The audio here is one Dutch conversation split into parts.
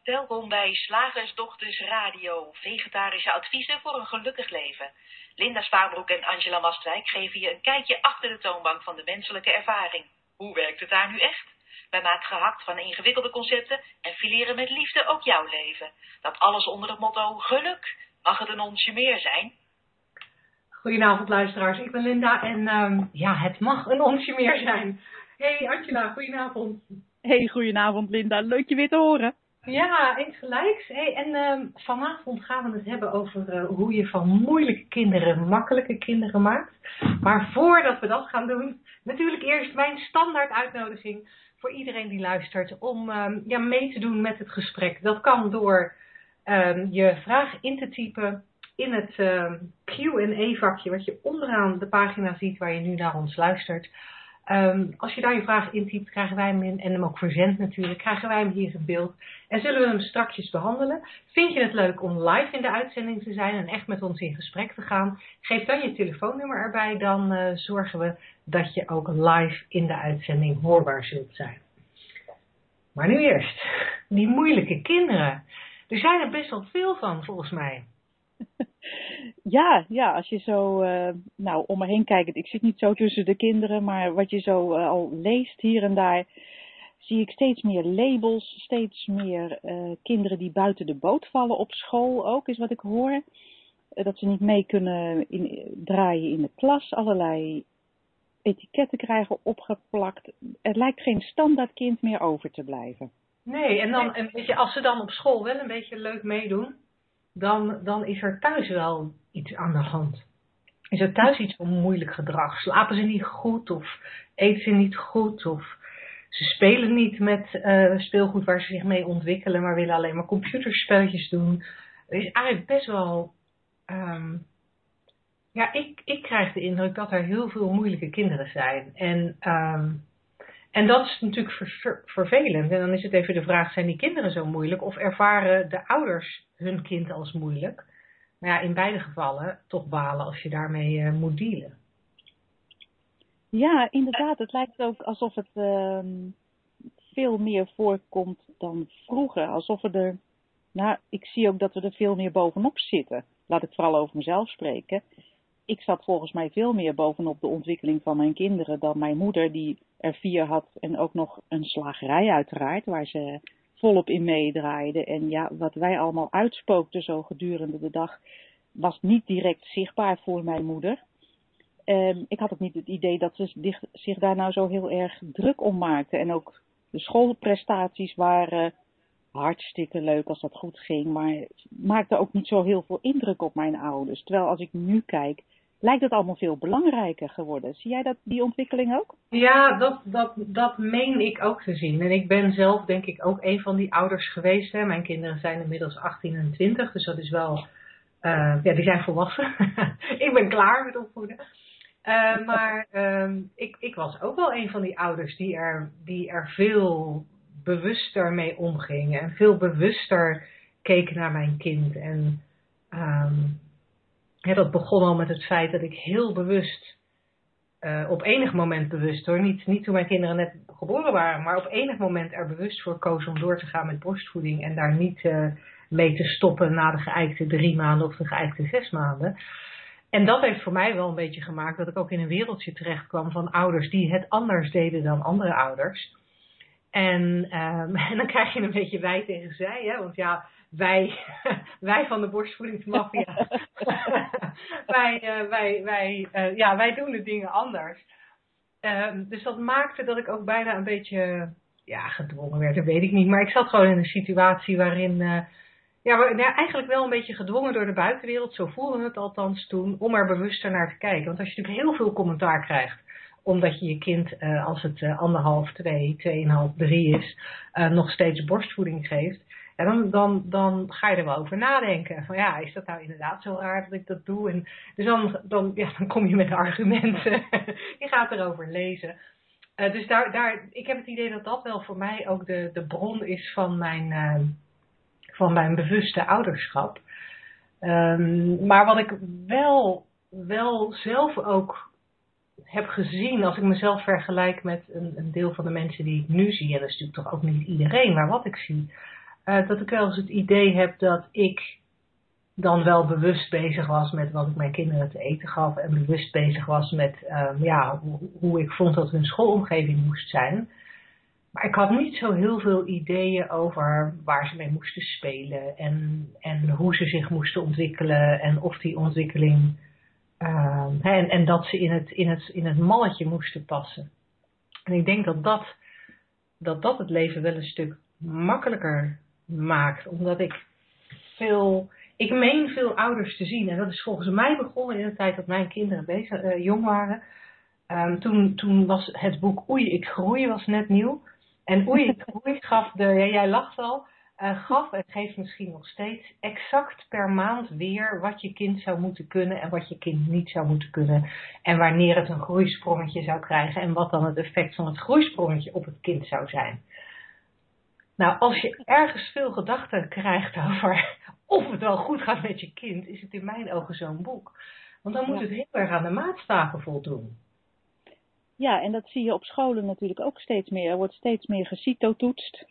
Welkom bij Slagersdochters Radio, vegetarische adviezen voor een gelukkig leven. Linda Spaanbroek en Angela Mastwijk geven je een kijkje achter de toonbank van de menselijke ervaring. Hoe werkt het daar nu echt? Wij maken gehakt van ingewikkelde concepten en fileren met liefde ook jouw leven. Dat alles onder het motto geluk. Mag het een onsje meer zijn? Goedenavond luisteraars, ik ben Linda en het mag een onsje meer zijn. Hey Angela, goedenavond. Hey, goedenavond Linda, leuk je weer te horen. Ja, eens gelijks. Hey, en vanavond gaan we het hebben over hoe je van moeilijke kinderen makkelijke kinderen maakt. Maar voordat we dat gaan doen, natuurlijk eerst mijn standaard uitnodiging voor iedereen die luistert om mee te doen met het gesprek. Dat kan door je vraag in te typen in het Q&A vakje wat je onderaan de pagina ziet waar je nu naar ons luistert. Als je daar je vraag intypt, krijgen wij hem in, en hem ook verzend natuurlijk, krijgen wij hem hier in beeld en zullen we hem strakjes behandelen. Vind je het leuk om live in de uitzending te zijn en echt met ons in gesprek te gaan? Geef dan je telefoonnummer erbij, dan zorgen we dat je ook live in de uitzending hoorbaar zult zijn. Maar nu eerst, die moeilijke kinderen. Er zijn er best wel veel van volgens mij. Ja, als je zo om me heen kijkt, ik zit niet zo tussen de kinderen, maar wat je zo al leest hier en daar, zie ik steeds meer labels, steeds meer kinderen die buiten de boot vallen op school ook, is wat ik hoor. Dat ze niet mee kunnen draaien in de klas, allerlei etiketten krijgen opgeplakt. Het lijkt geen standaard kind meer over te blijven. Nee, en dan, weet je, als ze dan op school wel een beetje leuk meedoen, dan is er thuis wel iets aan de hand. Is er thuis iets van moeilijk gedrag? Slapen ze niet goed of eten ze niet goed of ze spelen niet met speelgoed waar ze zich mee ontwikkelen, maar willen alleen maar computerspelletjes doen. Er is eigenlijk best wel... ik krijg de indruk dat er heel veel moeilijke kinderen zijn. En dat is natuurlijk vervelend. En dan is het even de vraag, zijn die kinderen zo moeilijk? Of ervaren de ouders hun kind als moeilijk? Maar ja, in beide gevallen toch balen als je daarmee moet dealen. Ja, inderdaad. Het lijkt ook alsof het veel meer voorkomt dan vroeger. Alsof we ik zie ook dat we er veel meer bovenop zitten. Laat ik vooral over mezelf spreken. Ik zat volgens mij veel meer bovenop de ontwikkeling van mijn kinderen dan mijn moeder, die er 4 had en ook nog een slagerij uiteraard, waar ze volop in meedraaide. En ja, wat wij allemaal uitspookten zo gedurende de dag, was niet direct zichtbaar voor mijn moeder. Ik had ook niet het idee dat ze zich daar nou zo heel erg druk om maakte. En ook de schoolprestaties waren hartstikke leuk als dat goed ging, maar maakte ook niet zo heel veel indruk op mijn ouders. Terwijl als ik nu kijk, lijkt het allemaal veel belangrijker geworden. Zie jij die ontwikkeling ook? Ja, dat meen ik ook te zien. En ik ben zelf denk ik ook een van die ouders geweest. Hè. Mijn kinderen zijn inmiddels 18 en 20, dus dat is wel... die zijn volwassen. Ik ben klaar met opvoeden. Maar ik was ook wel een van die ouders die er veel bewuster mee omging. En veel bewuster keken naar mijn kind. En dat begon al met het feit dat ik heel bewust, op enig moment bewust hoor, niet toen mijn kinderen net geboren waren, maar op enig moment er bewust voor koos om door te gaan met borstvoeding en daar niet mee te stoppen na de geëikte 3 maanden of de geëikte 6 maanden. En dat heeft voor mij wel een beetje gemaakt dat ik ook in een wereldje terecht kwam van ouders die het anders deden dan andere ouders. En dan krijg je een beetje wij tegen zij, hè? Want ja, wij van de borstvoedingsmafia, wij doen de dingen anders. Dus dat maakte dat ik ook bijna een beetje gedwongen werd, dat weet ik niet. Maar ik zat gewoon in een situatie waarin, eigenlijk wel een beetje gedwongen door de buitenwereld, zo voelde het althans toen, om er bewuster naar te kijken. Want als je natuurlijk heel veel commentaar krijgt, omdat je kind, als het 1,5, 2, 2,5, 3 is, nog steeds borstvoeding geeft. En dan ga je er wel over nadenken. Van ja, is dat nou inderdaad zo raar dat ik dat doe? En dus dan kom je met argumenten. Je gaat erover lezen. Dus ik heb het idee dat dat wel voor mij ook de bron is van mijn bewuste ouderschap. Maar wat ik wel zelf ook heb gezien, als ik mezelf vergelijk met een deel van de mensen die ik nu zie, en dat is natuurlijk toch ook niet iedereen, maar wat ik zie, dat ik wel eens het idee heb dat ik dan wel bewust bezig was met wat ik mijn kinderen te eten gaf. En bewust bezig was met hoe ik vond dat hun schoolomgeving moest zijn. Maar ik had niet zo heel veel ideeën over waar ze mee moesten spelen. En hoe ze zich moesten ontwikkelen. En of die ontwikkeling... en dat ze in het malletje moesten passen. En ik denk dat het leven wel een stuk makkelijker maakt. Omdat ik meen veel ouders te zien. En dat is volgens mij begonnen in de tijd dat mijn kinderen jong waren. Toen was het boek Oei, ik groei was net nieuw. En Oei, ik groei gaf jij lacht al, gaf en geeft misschien nog steeds exact per maand weer wat je kind zou moeten kunnen en wat je kind niet zou moeten kunnen. En wanneer het een groeisprongetje zou krijgen en wat dan het effect van het groeisprongetje op het kind zou zijn. Nou, als je ergens veel gedachten krijgt over of het wel goed gaat met je kind, is het in mijn ogen zo'n boek. Want dan moet het heel erg aan de maatstaven voldoen. Ja, en dat zie je op scholen natuurlijk ook steeds meer. Er wordt steeds meer gecitotoetst.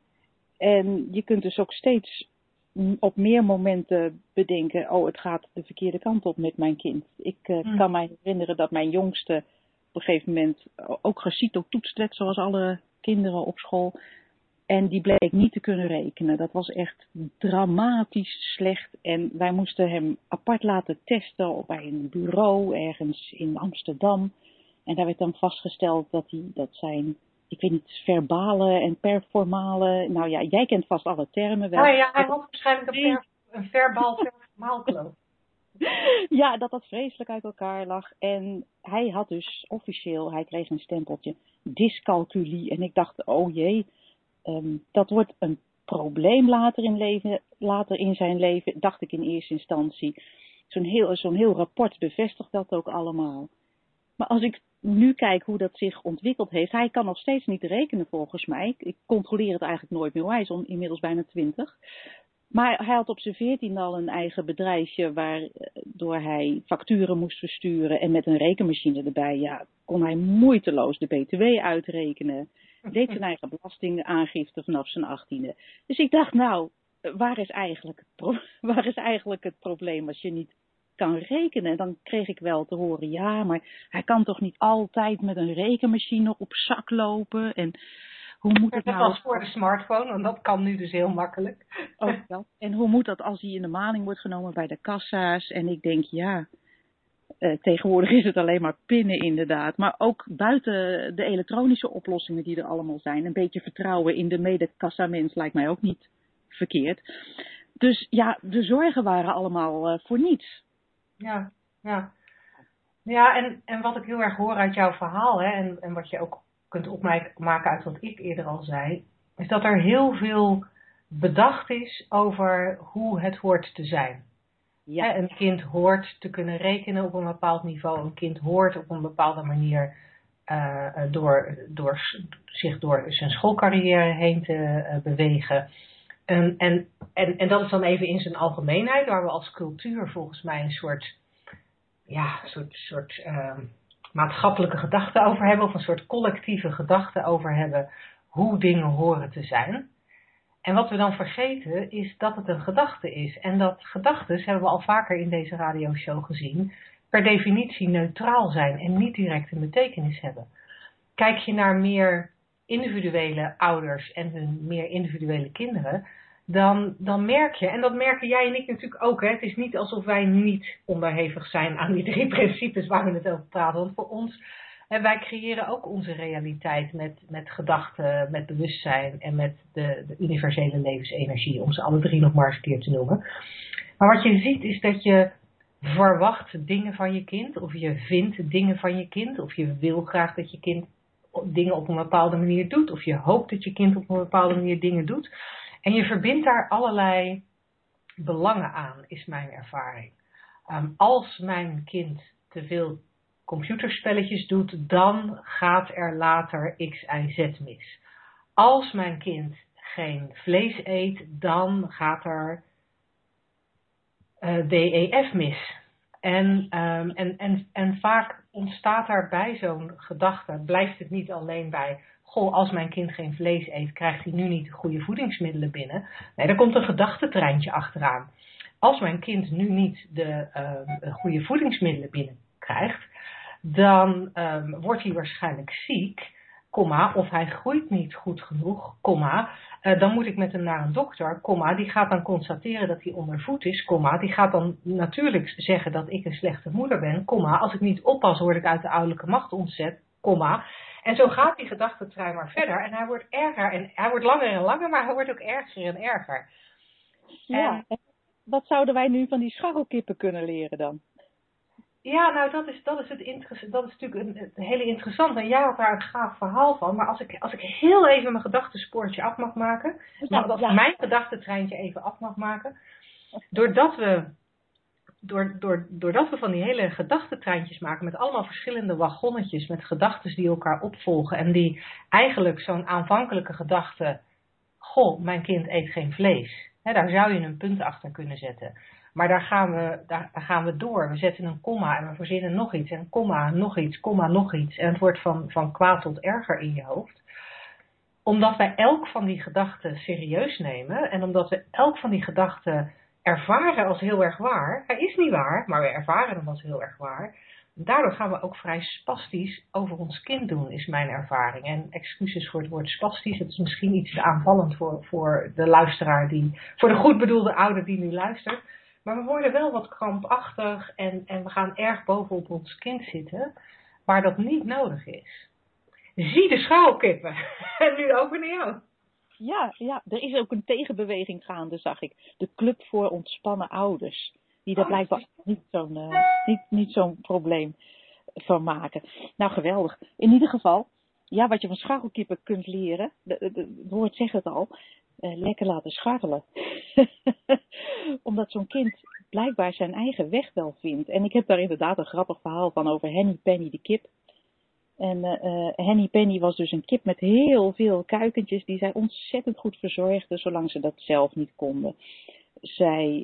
En je kunt dus ook steeds op meer momenten bedenken, het gaat de verkeerde kant op met mijn kind. Ik kan mij herinneren dat mijn jongste op een gegeven moment ook gecitotoetst werd, zoals alle kinderen op school. En die bleek niet te kunnen rekenen. Dat was echt dramatisch slecht. En wij moesten hem apart laten testen bij een bureau ergens in Amsterdam. En daar werd dan vastgesteld dat zijn, ik weet niet, verbale en performale... Nou ja, jij kent vast alle termen wel. Oh ja, hij had waarschijnlijk een verbaal kloof. Ja, dat vreselijk uit elkaar lag. En hij had dus officieel, hij kreeg een stempeltje, dyscalculie. En ik dacht, oh jee, dat wordt een probleem later in zijn leven, dacht ik in eerste instantie. Zo'n heel rapport bevestigt dat ook allemaal. Maar als ik nu kijk hoe dat zich ontwikkeld heeft, hij kan nog steeds niet rekenen volgens mij. Ik controleer het eigenlijk nooit meer, hij is inmiddels bijna 20. Maar hij had op zijn 14 al een eigen bedrijfje waardoor hij facturen moest versturen. En met een rekenmachine erbij, kon hij moeiteloos de BTW uitrekenen. Deed zijn eigen belastingaangifte vanaf zijn 18e. Dus ik dacht, waar is eigenlijk het probleem als je niet kan rekenen? Dan kreeg ik wel te horen, ja, maar hij kan toch niet altijd met een rekenmachine op zak lopen? En hoe moet het nou? Dat was voor de smartphone, want dat kan nu dus heel makkelijk. Ook dat. En hoe moet dat als hij in de maling wordt genomen bij de kassa's? En ik denk, tegenwoordig is het alleen maar pinnen inderdaad. Maar ook buiten de elektronische oplossingen die er allemaal zijn. Een beetje vertrouwen in de medekassamens lijkt mij ook niet verkeerd. Dus ja, de zorgen waren allemaal voor niets. Ja. Ja, en wat ik heel erg hoor uit jouw verhaal, hè, en wat je ook kunt opmaken uit wat ik eerder al zei, is dat er heel veel bedacht is over hoe het hoort te zijn. Ja. Een kind hoort te kunnen rekenen op een bepaald niveau. Een kind hoort op een bepaalde manier zich door zijn schoolcarrière heen te bewegen. En dat is dan even in zijn algemeenheid, waar we als cultuur volgens mij een soort maatschappelijke gedachte over hebben, of een soort collectieve gedachte over hebben hoe dingen horen te zijn. En wat we dan vergeten is dat het een gedachte is. En dat gedachten, hebben we al vaker in deze radioshow gezien, per definitie neutraal zijn en niet direct een betekenis hebben. Kijk je naar meer individuele ouders en hun meer individuele kinderen, dan merk je, en dat merken jij en ik natuurlijk ook, hè, het is niet alsof wij niet onderhevig zijn aan die 3 principes waar we het over praten. Want voor ons, wij creëren ook onze realiteit met gedachten, met bewustzijn en met de universele levensenergie, om ze alle 3 nog maar eens een keer te noemen. Maar wat je ziet is dat je verwacht dingen van je kind, of je vindt dingen van je kind, of je wil graag dat je kind dingen op een bepaalde manier doet, of je hoopt dat je kind op een bepaalde manier dingen doet. En je verbindt daar allerlei belangen aan, is mijn ervaring. Als mijn kind te veel computerspelletjes doet, dan gaat er later X, Y, Z mis. Als mijn kind geen vlees eet, dan gaat er D, E, F mis. En vaak ontstaat er bij zo'n gedachte, blijft het niet alleen bij goh, als mijn kind geen vlees eet, krijgt hij nu niet de goede voedingsmiddelen binnen. Nee, daar komt een gedachtentreintje achteraan. Als mijn kind nu niet de goede voedingsmiddelen binnenkrijgt, dan wordt hij waarschijnlijk ziek, of hij groeit niet goed genoeg, dan moet ik met hem naar een dokter, die gaat dan constateren dat hij ondervoed is, die gaat dan natuurlijk zeggen dat ik een slechte moeder ben, als ik niet oppas word ik uit de ouderlijke macht ontzet, en zo gaat die gedachtentrein maar verder en hij wordt erger en hij wordt langer en langer, maar hij wordt ook erger en erger. Ja, en wat zouden wij nu van die scharrelkippen kunnen leren dan? Ja, nou dat is natuurlijk een hele interessante. En jij had daar een gaaf verhaal van. Maar als ik heel even mijn gedachtenspoortje af mag maken. Mijn gedachtentreintje even af mag maken. Doordat we van die hele gedachtentreintjes maken. Met allemaal verschillende wagonnetjes. Met gedachten die elkaar opvolgen. En die eigenlijk zo'n aanvankelijke gedachte. Goh, mijn kind eet geen vlees. Daar zou je een punt achter kunnen zetten. Maar daar gaan we door. We zetten een komma en we verzinnen nog iets. En komma, nog iets, komma, nog iets. En het wordt van kwaad tot erger in je hoofd. Omdat wij elk van die gedachten serieus nemen. En omdat we elk van die gedachten ervaren als heel erg waar. Hij is niet waar, maar we ervaren hem als heel erg waar. Daardoor gaan we ook vrij spastisch over ons kind doen, is mijn ervaring. En excuses voor het woord spastisch. Het is misschien iets te aanvallend voor de luisteraar, voor de goed bedoelde ouder die nu luistert. Maar we worden wel wat krampachtig en we gaan erg bovenop ons kind zitten, waar dat niet nodig is. Zie de schouwkippen. En nu over naar jou. Ja, er is ook een tegenbeweging gaande, zag ik. De Club voor Ontspannen Ouders. Die daar blijkbaar niet zo'n probleem van maken. Nou, geweldig. In ieder geval, ja, wat je van scharrelkippen kunt leren, het woord zegt het al, lekker laten scharrelen. Omdat zo'n kind blijkbaar zijn eigen weg wel vindt. En ik heb daar inderdaad een grappig verhaal van over Henny Penny de kip. En Henny Penny was dus een kip met heel veel kuikentjes die zij ontzettend goed verzorgde, zolang ze dat zelf niet konden. Zij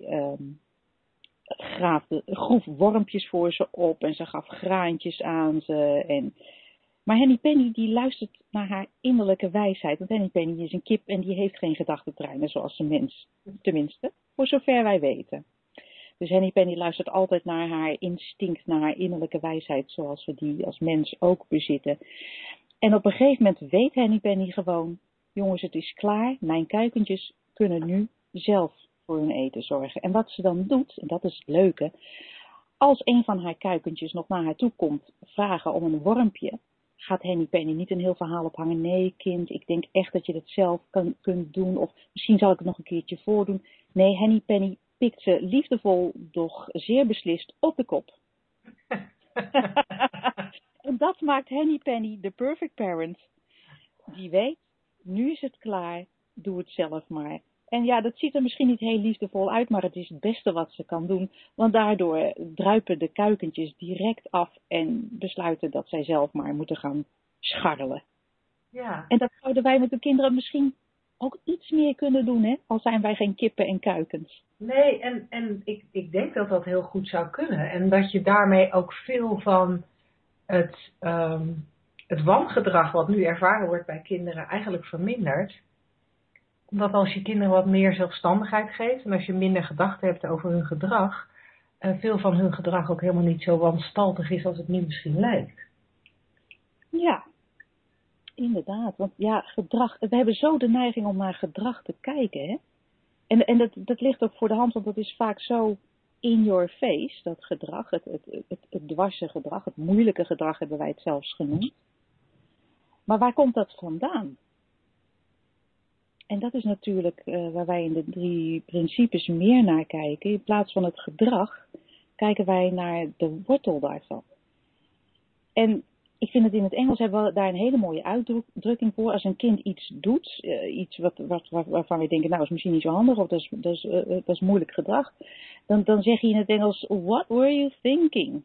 groef wormpjes voor ze op en ze gaf graantjes aan ze. Maar Henny Penny die luistert naar haar innerlijke wijsheid. Want Henny Penny is een kip en die heeft geen gedachtentreinen zoals een mens. Tenminste, voor zover wij weten. Dus Henny Penny luistert altijd naar haar instinct, naar haar innerlijke wijsheid, zoals we die als mens ook bezitten. En op een gegeven moment weet Henny Penny gewoon, jongens, het is klaar, mijn kuikentjes kunnen nu zelf voor hun eten zorgen. En wat ze dan doet, en dat is het leuke, als een van haar kuikentjes nog naar haar toe komt vragen om een wormpje, gaat Henny Penny niet een heel verhaal ophangen. Nee, kind, ik denk echt dat je dat zelf kunt doen. Of misschien zal ik het nog een keertje voordoen. Nee, Henny Penny pikt ze liefdevol, doch zeer beslist op de kop. En dat maakt Henny Penny de perfect parent. Die weet, nu is het klaar, doe het zelf maar. En ja, dat ziet er misschien niet heel liefdevol uit, maar het is het beste wat ze kan doen. Want daardoor druipen de kuikentjes direct af en besluiten dat zij zelf maar moeten gaan scharrelen. Ja. En dat zouden wij met de kinderen misschien ook iets meer kunnen doen, hè? Al zijn wij geen kippen en kuikens. Nee, en ik denk dat dat heel goed zou kunnen. En dat je daarmee ook veel van het wangedrag wat nu ervaren wordt bij kinderen eigenlijk vermindert. Omdat als je kinderen wat meer zelfstandigheid geeft en als je minder gedachten hebt over hun gedrag, veel van hun gedrag ook helemaal niet zo wanstaltig is als het nu misschien lijkt. Ja, inderdaad. Want ja, gedrag, we hebben zo de neiging om naar gedrag te kijken, hè? En dat ligt ook voor de hand, want dat is vaak zo in your face, dat gedrag, het dwarse gedrag, het moeilijke gedrag hebben wij het zelfs genoemd. Maar waar komt dat vandaan? En dat is natuurlijk waar wij in de 3 principes meer naar kijken. In plaats van het gedrag kijken wij naar de wortel daarvan. En ik vind het in het Engels hebben we daar een hele mooie uitdrukking voor. Als een kind iets doet, iets waarvan we denken, nou is misschien niet zo handig of dat is moeilijk gedrag. Dan zeg je in het Engels, what were you thinking?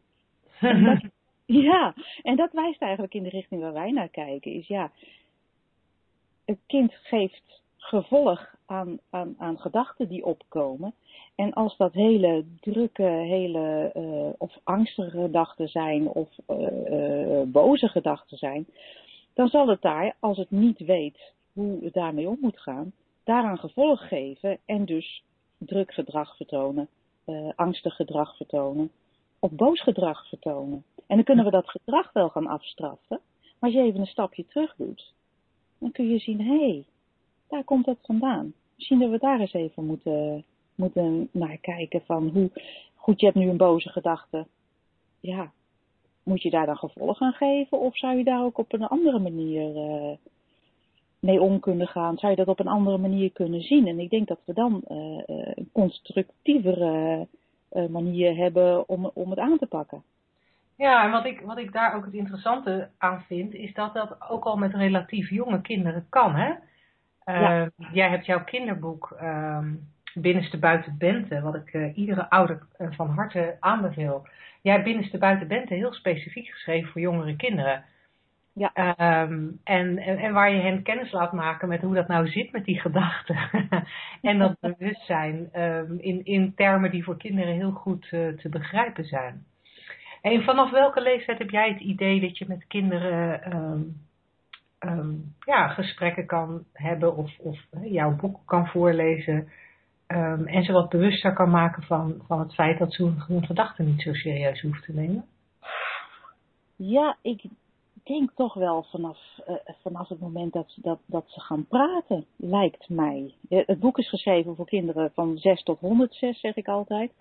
En dat wijst eigenlijk in de richting waar wij naar kijken. Is ja, het kind geeft gevolg aan gedachten die opkomen. En als dat hele drukke, of angstige gedachten zijn of boze gedachten zijn, dan zal het daar, als het niet weet hoe het daarmee om moet gaan, daaraan gevolg geven en dus druk gedrag vertonen, angstig gedrag vertonen of boos gedrag vertonen. En dan kunnen we dat gedrag wel gaan afstraffen, maar als je even een stapje terug doet, dan kun je zien, hé, daar komt dat vandaan. Misschien dat we daar eens even moeten naar kijken van hoe, goed, je hebt nu een boze gedachte. Ja, moet je daar dan gevolg aan geven of zou je daar ook op een andere manier mee om kunnen gaan? Zou je dat op een andere manier kunnen zien? En ik denk dat we dan een constructievere manier hebben om het aan te pakken. Ja, en wat ik daar ook het interessante aan vind, is dat dat ook al met relatief jonge kinderen kan, hè? Jij hebt jouw kinderboek Binnenste Buiten Bente, wat ik iedere ouder van harte aanbeveel. Jij hebt Binnenste Buiten Bente heel specifiek geschreven voor jongere kinderen. Ja. En waar je hen kennis laat maken met hoe dat nou zit met die gedachten. En dat bewustzijn in termen die voor kinderen heel goed te begrijpen zijn. En vanaf welke leeftijd heb jij het idee dat je met kinderen gesprekken kan hebben of jouw boek kan voorlezen en ze wat bewuster kan maken van het feit dat ze hun gedachten niet zo serieus hoeven te nemen? Ja, ik denk toch wel vanaf het moment dat ze gaan praten, lijkt mij. Het boek is geschreven voor kinderen van 6 tot 106, zeg ik altijd.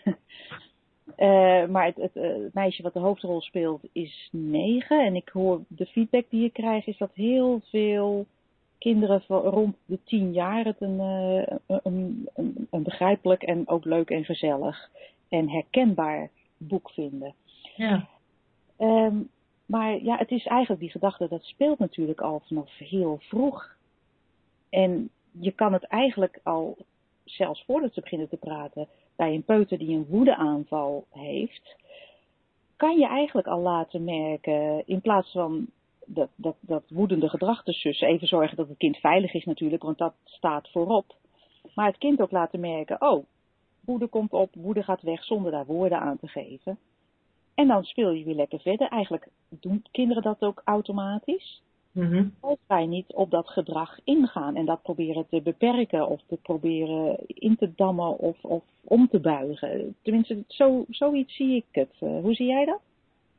Maar het meisje wat de hoofdrol speelt is 9. En ik hoor de feedback die ik krijg is dat heel veel kinderen van rond de 10 jaar het een begrijpelijk en ook leuk en gezellig en herkenbaar boek vinden. Ja. Maar ja, het is eigenlijk die gedachte, dat speelt natuurlijk al vanaf heel vroeg. En je kan het eigenlijk al, zelfs voordat ze beginnen te praten, bij een peuter die een woedeaanval heeft, kan je eigenlijk al laten merken, in plaats van dat woedende gedrag te sussen, even zorgen dat het kind veilig is natuurlijk, want dat staat voorop. Maar het kind ook laten merken, oh, woede komt op, woede gaat weg, zonder daar woorden aan te geven. En dan speel je weer lekker verder. Eigenlijk doen kinderen dat ook automatisch. Mm-hmm. Als wij niet op dat gedrag ingaan en dat proberen te beperken of te proberen in te dammen of om te buigen. Tenminste, zoiets zie ik het. Hoe zie jij dat?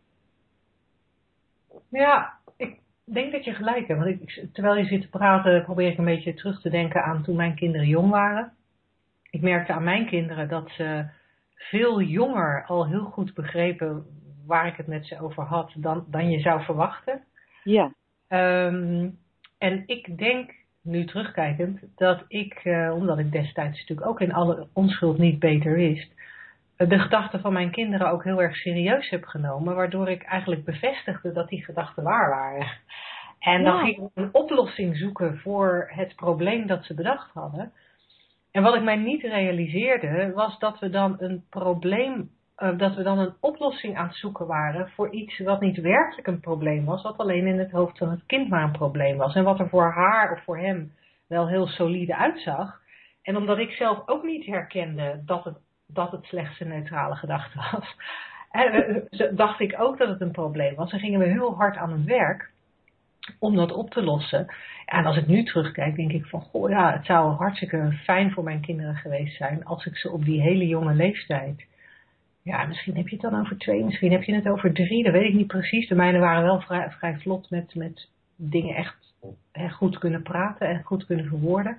Ja, ik denk dat je gelijk hebt. Want terwijl je zit te praten, probeer ik een beetje terug te denken aan toen mijn kinderen jong waren. Ik merkte aan mijn kinderen dat ze veel jonger al heel goed begrepen waar ik het met ze over had dan je zou verwachten. Ja. En ik denk, nu terugkijkend, dat ik, omdat ik destijds natuurlijk ook in alle onschuld niet beter wist, de gedachten van mijn kinderen ook heel erg serieus heb genomen, waardoor ik eigenlijk bevestigde dat die gedachten waar waren. En dan ging ik een oplossing zoeken voor het probleem dat ze bedacht hadden. En wat ik mij niet realiseerde, was dat we dan een oplossing aan het zoeken waren voor iets wat niet werkelijk een probleem was, wat alleen in het hoofd van het kind maar een probleem was. En wat er voor haar of voor hem wel heel solide uitzag. En omdat ik zelf ook niet herkende dat het slechts een neutrale gedachte was, dacht ik ook dat het een probleem was. En gingen we heel hard aan het werk om dat op te lossen. En als ik nu terugkijk, denk ik van, goh ja, het zou hartstikke fijn voor mijn kinderen geweest zijn als ik ze op die hele jonge leeftijd, ja, misschien heb je het dan over 2, misschien heb je het over 3, dat weet ik niet precies. De mijne waren wel vrij vlot met dingen echt goed kunnen praten en goed kunnen verwoorden.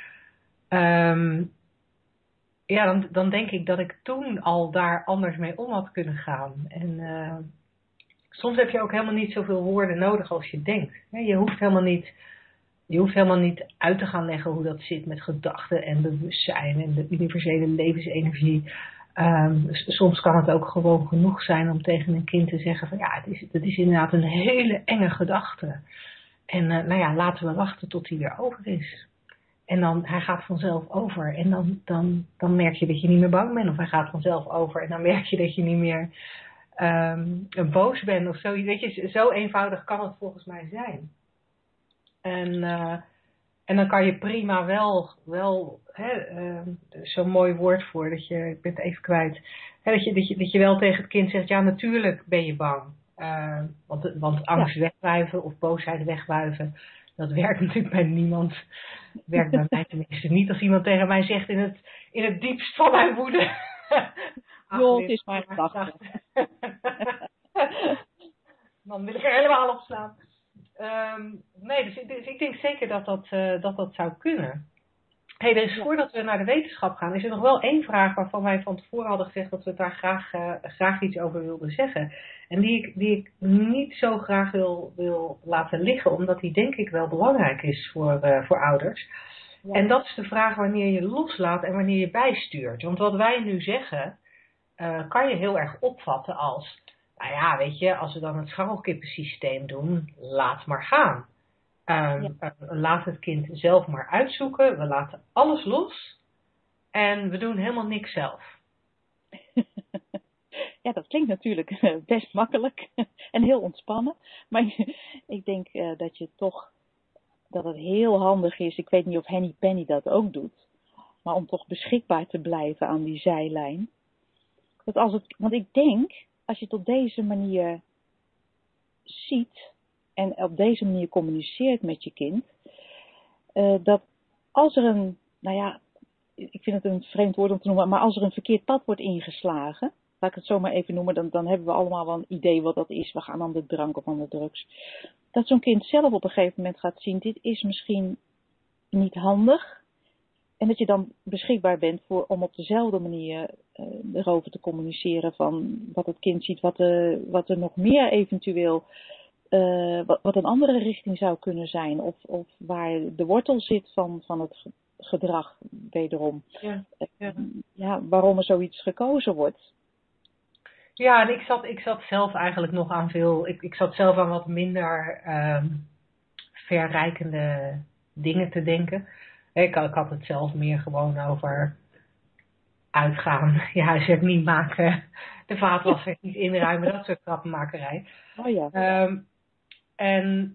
Dan denk ik dat ik toen al daar anders mee om had kunnen gaan. En soms heb je ook helemaal niet zoveel woorden nodig als je denkt. Je hoeft helemaal niet uit te gaan leggen hoe dat zit met gedachten en bewustzijn en de universele levensenergie. Soms kan het ook gewoon genoeg zijn om tegen een kind te zeggen van ja, het is inderdaad een hele enge gedachte. En laten we wachten tot hij weer over is. En dan, hij gaat vanzelf over. En dan merk je dat je niet meer bang bent. Of hij gaat vanzelf over. En dan merk je dat je niet meer boos bent of zo. Weet je, zo eenvoudig kan het volgens mij zijn. En dan kan je prima wel zo'n mooi woord voor, ik ben het even kwijt, dat je wel tegen het kind zegt, ja natuurlijk ben je bang. Want angst wegwuiven of boosheid wegwuiven, dat werkt natuurlijk bij niemand. Werkt bij mij tenminste niet als iemand tegen mij zegt in het diepst van mijn woede. Joh, het is maar gedachte. Dan wil ik er helemaal op slaan. Dus ik denk zeker dat zou kunnen. Hey, dus voordat we naar de wetenschap gaan, is er nog wel één vraag waarvan wij van tevoren hadden gezegd dat we daar graag iets over wilden zeggen. En die ik niet zo graag wil laten liggen, omdat die denk ik wel belangrijk is voor ouders. Ja. En dat is de vraag wanneer je loslaat en wanneer je bijstuurt. Want wat wij nu zeggen, kan je heel erg opvatten als, nou ja, weet je, als we dan het scharrelkippensysteem doen, laat maar gaan. Laat het kind zelf maar uitzoeken. We laten alles los. En we doen helemaal niks zelf. Ja, dat klinkt natuurlijk best makkelijk. En heel ontspannen. Maar ik denk dat het heel handig is. Ik weet niet of Henny Penny dat ook doet. Maar om toch beschikbaar te blijven aan die zijlijn. Want ik denk, als je het op deze manier ziet en op deze manier communiceert met je kind, dat als er ik vind het een vreemd woord om te noemen, maar als er een verkeerd pad wordt ingeslagen, laat ik het zo maar even noemen, dan hebben we allemaal wel een idee wat dat is. We gaan aan de drank of aan de drugs. Dat zo'n kind zelf op een gegeven moment gaat zien, dit is misschien niet handig. En dat je dan beschikbaar bent om op dezelfde manier erover te communiceren van wat het kind ziet, wat er nog meer eventueel, wat een andere richting zou kunnen zijn. Of waar de wortel zit van het gedrag wederom. Ja, waarom er zoiets gekozen wordt. Ja, en ik zat zelf eigenlijk nog aan ik zat zelf aan wat minder verrijkende dingen te denken. Ik had het zelf meer gewoon over uitgaan, je huiswerk niet maken, de vaatwasser niet inruimen, dat soort grappenmakerij. Oh ja. En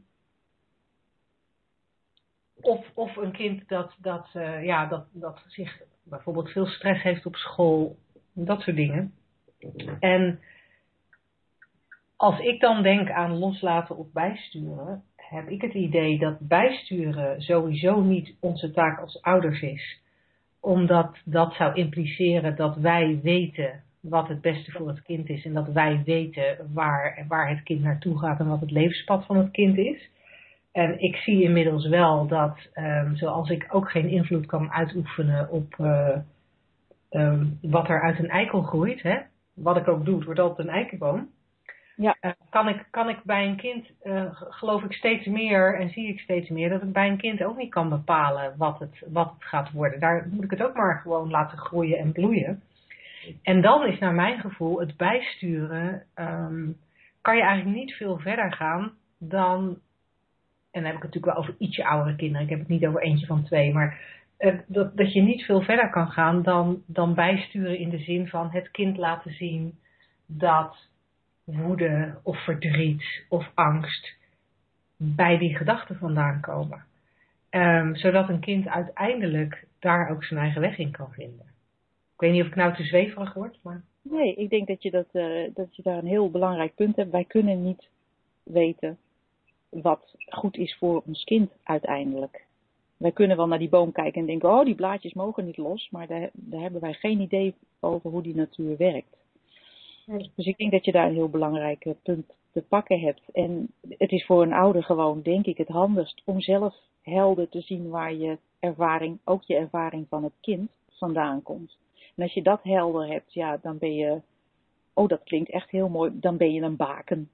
of een kind dat zich bijvoorbeeld veel stress heeft op school, dat soort dingen. En als ik dan denk aan loslaten of bijsturen, heb ik het idee dat bijsturen sowieso niet onze taak als ouders is. Omdat dat zou impliceren dat wij weten wat het beste voor het kind is. En dat wij weten waar het kind naartoe gaat en wat het levenspad van het kind is. En ik zie inmiddels wel dat, zoals ik ook geen invloed kan uitoefenen op wat er uit een eikel groeit. Hè? Wat ik ook doe, het wordt altijd een eikenboom. Ja. Kan ik bij een kind, geloof ik steeds meer en zie ik steeds meer, dat ik bij een kind ook niet kan bepalen wat het gaat worden. Daar moet ik het ook maar gewoon laten groeien en bloeien. En dan is naar mijn gevoel het bijsturen, kan je eigenlijk niet veel verder gaan dan, en dan heb ik het natuurlijk wel over ietsje oudere kinderen, ik heb het niet over eentje van 2, maar dat je niet veel verder kan gaan dan bijsturen in de zin van het kind laten zien dat woede of verdriet of angst bij die gedachten vandaan komen. Zodat een kind uiteindelijk daar ook zijn eigen weg in kan vinden. Ik weet niet of ik nou te zweverig word, maar... Nee, ik denk dat je daar een heel belangrijk punt hebt. Wij kunnen niet weten wat goed is voor ons kind uiteindelijk. Wij kunnen wel naar die boom kijken en denken, oh, die blaadjes mogen niet los, maar daar hebben wij geen idee over hoe die natuur werkt. Dus ik denk dat je daar een heel belangrijk punt te pakken hebt. En het is voor een ouder gewoon, denk ik, het handigst om zelf helder te zien waar je ervaring van het kind vandaan komt. En als je dat helder hebt, ja, dan ben je, oh, dat klinkt echt heel mooi, dan ben je een baken.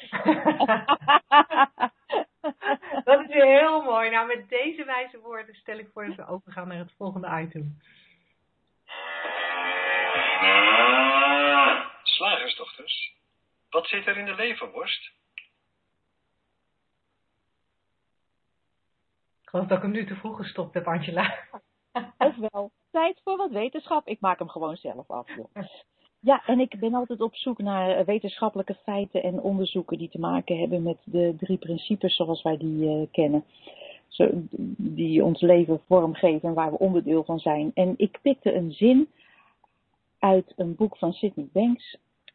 Dat is weer heel mooi. Nou, met deze wijze woorden stel ik voor dat we overgaan naar het volgende item. Slagersdochters, wat zit er in de leverworst? Ik geloof dat ik hem nu te vroeg gestopt heb, Angela. Ofwel, tijd voor wat wetenschap. Ik maak hem gewoon zelf af, joh. Ja, en ik ben altijd op zoek naar wetenschappelijke feiten en onderzoeken die te maken hebben met de 3 principes zoals wij die kennen. Die ons leven vormgeven en waar we onderdeel van zijn. En ik pikte een zin uit een boek van Sydney Banks.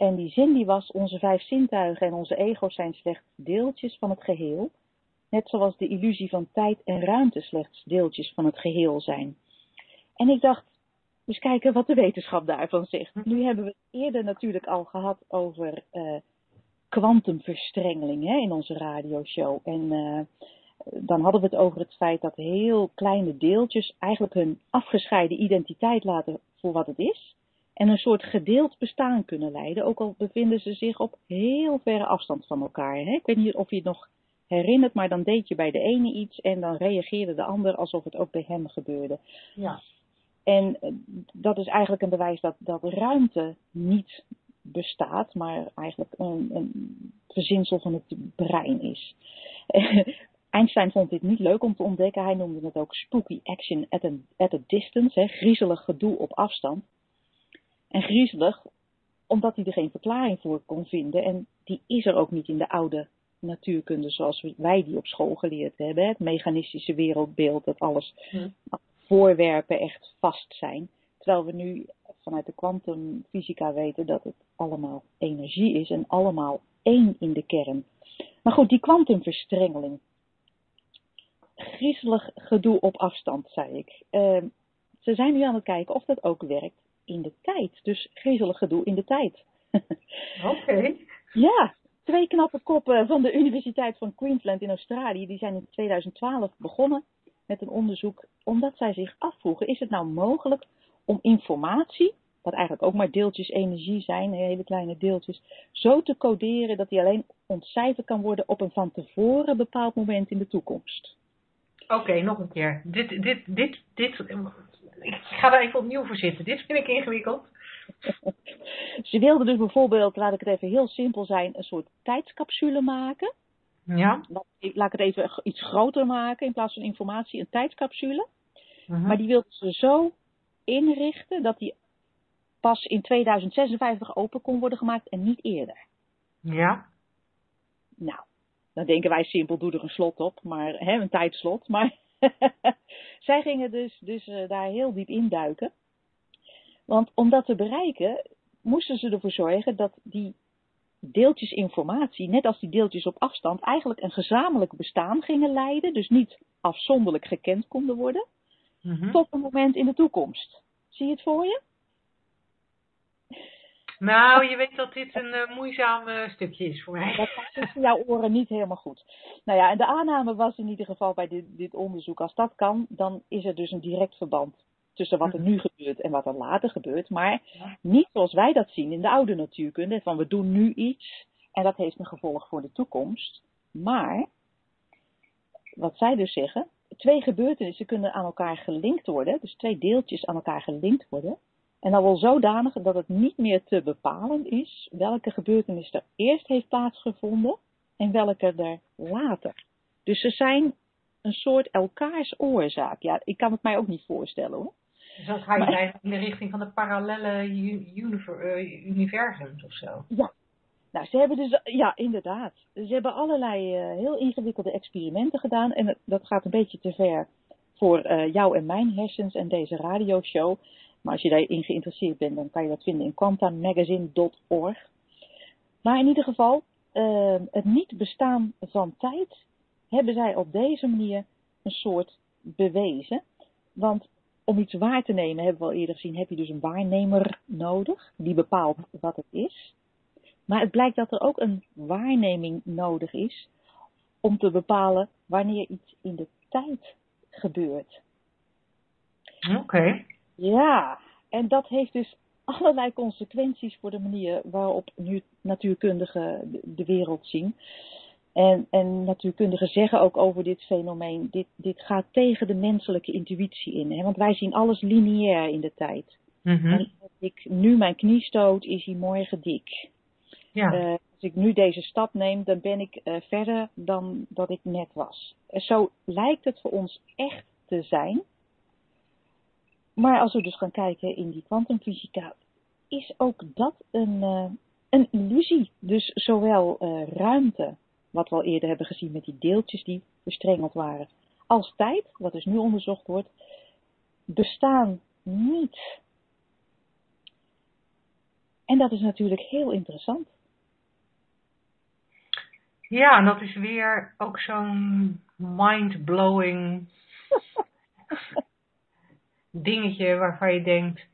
En die zin die was: onze 5 zintuigen en onze ego's zijn slechts deeltjes van het geheel. Net zoals de illusie van tijd en ruimte slechts deeltjes van het geheel zijn. En ik dacht, dus kijken wat de wetenschap daarvan zegt. Nu hebben we het eerder natuurlijk al gehad over kwantumverstrengeling in onze radioshow. En dan hadden we het over het feit dat heel kleine deeltjes eigenlijk hun afgescheiden identiteit laten voor wat het is. En een soort gedeeld bestaan kunnen leiden, ook al bevinden ze zich op heel verre afstand van elkaar. Hè? Ik weet niet of je het nog herinnert, maar dan deed je bij de ene iets en dan reageerde de ander alsof het ook bij hem gebeurde. Ja. En dat is eigenlijk een bewijs dat ruimte niet bestaat, maar eigenlijk een verzinsel van het brein is. Einstein vond dit niet leuk om te ontdekken. Hij noemde het ook spooky action at a distance, griezelig gedoe op afstand. En griezelig omdat hij er geen verklaring voor kon vinden. En die is er ook niet in de oude natuurkunde zoals wij die op school geleerd hebben. Het mechanistische wereldbeeld, dat alles voorwerpen echt vast zijn. Terwijl we nu vanuit de kwantumfysica weten dat het allemaal energie is en allemaal één in de kern. Maar goed, die kwantumverstrengeling. Griezelig gedoe op afstand, zei ik. Ze zijn nu aan het kijken of dat ook werkt in de tijd. Dus griezelig gedoe in de tijd. Oké. Ja, 2 knappe koppen van de Universiteit van Queensland in Australië, die zijn in 2012 begonnen met een onderzoek, omdat zij zich afvroegen, is het nou mogelijk om informatie, wat eigenlijk ook maar deeltjes energie zijn, hele kleine deeltjes, zo te coderen dat die alleen ontcijferd kan worden op een van tevoren bepaald moment in de toekomst. Oké, nog een keer. Ik ga daar even opnieuw voor zitten. Dit vind ik ingewikkeld. Ze wilden dus bijvoorbeeld, laat ik het even heel simpel zijn, een soort tijdscapsule maken. Ja. Laat ik het even iets groter maken in plaats van informatie, een tijdscapsule. Uh-huh. Maar die wilden ze zo inrichten dat die pas in 2056 open kon worden gemaakt en niet eerder. Ja. Nou, dan denken wij simpel, doe er een slot op, maar een tijdslot. Maar zij gingen dus daar heel diep induiken. Want om dat te bereiken, moesten ze ervoor zorgen dat die deeltjes informatie, net als die deeltjes op afstand, eigenlijk een gezamenlijk bestaan gingen leiden. Dus niet afzonderlijk gekend konden worden. Tot een moment in de toekomst. Zie je het voor je? Nou, je weet dat dit een moeizaam stukje is voor mij. Dat is in jouw oren niet helemaal goed. Nou ja, en de aanname was in ieder geval bij dit onderzoek, als dat kan, dan is er dus een direct verband tussen wat er nu gebeurt en wat er later gebeurt. Maar niet zoals wij dat zien in de oude natuurkunde, van we doen nu iets en dat heeft een gevolg voor de toekomst. Maar, wat zij dus zeggen, 2 gebeurtenissen kunnen aan elkaar gelinkt worden, dus 2 deeltjes aan elkaar gelinkt worden. En dan wel zodanig dat het niet meer te bepalen is welke gebeurtenis er eerst heeft plaatsgevonden en welke er later. Dus ze zijn een soort elkaars oorzaak. Ja, ik kan het mij ook niet voorstellen hoor. Dus dan ga je eigenlijk in de richting van de parallelle universums of zo. Ja, nou ze hebben dus, ja inderdaad. Ze hebben allerlei heel ingewikkelde experimenten gedaan en dat gaat een beetje te ver voor jou en mijn hersens en deze radioshow. Maar als je daarin geïnteresseerd bent, dan kan je dat vinden in quantamagazine.org. Maar in ieder geval, het niet bestaan van tijd hebben zij op deze manier een soort bewezen. Want om iets waar te nemen, hebben we al eerder gezien, heb je dus een waarnemer nodig. Die bepaalt wat het is. Maar het blijkt dat er ook een waarneming nodig is om te bepalen wanneer iets in de tijd gebeurt. Oké. Ja, en dat heeft dus allerlei consequenties voor de manier waarop nu natuurkundigen de wereld zien. En natuurkundigen zeggen ook over dit fenomeen, dit gaat tegen de menselijke intuïtie in. Hè? Want wij zien alles lineair in de tijd. En als ik nu mijn knie stoot, is hij morgen dik. Ja. Als ik nu deze stap neem, dan ben ik verder dan dat ik net was. Zo lijkt het voor ons echt te zijn. Maar als we dus gaan kijken in die kwantumfysica, is ook dat een illusie. Dus zowel ruimte, wat we al eerder hebben gezien met die deeltjes die verstrengeld waren, als tijd, wat dus nu onderzocht wordt, bestaan niet. En dat is natuurlijk heel interessant. Ja, en dat is weer ook zo'n mind-blowing dingetje waarvan je denkt,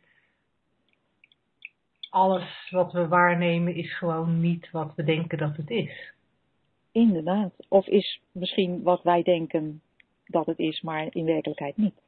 alles wat we waarnemen is gewoon niet wat we denken dat het is. Inderdaad. Of is misschien wat wij denken dat het is, maar in werkelijkheid niet.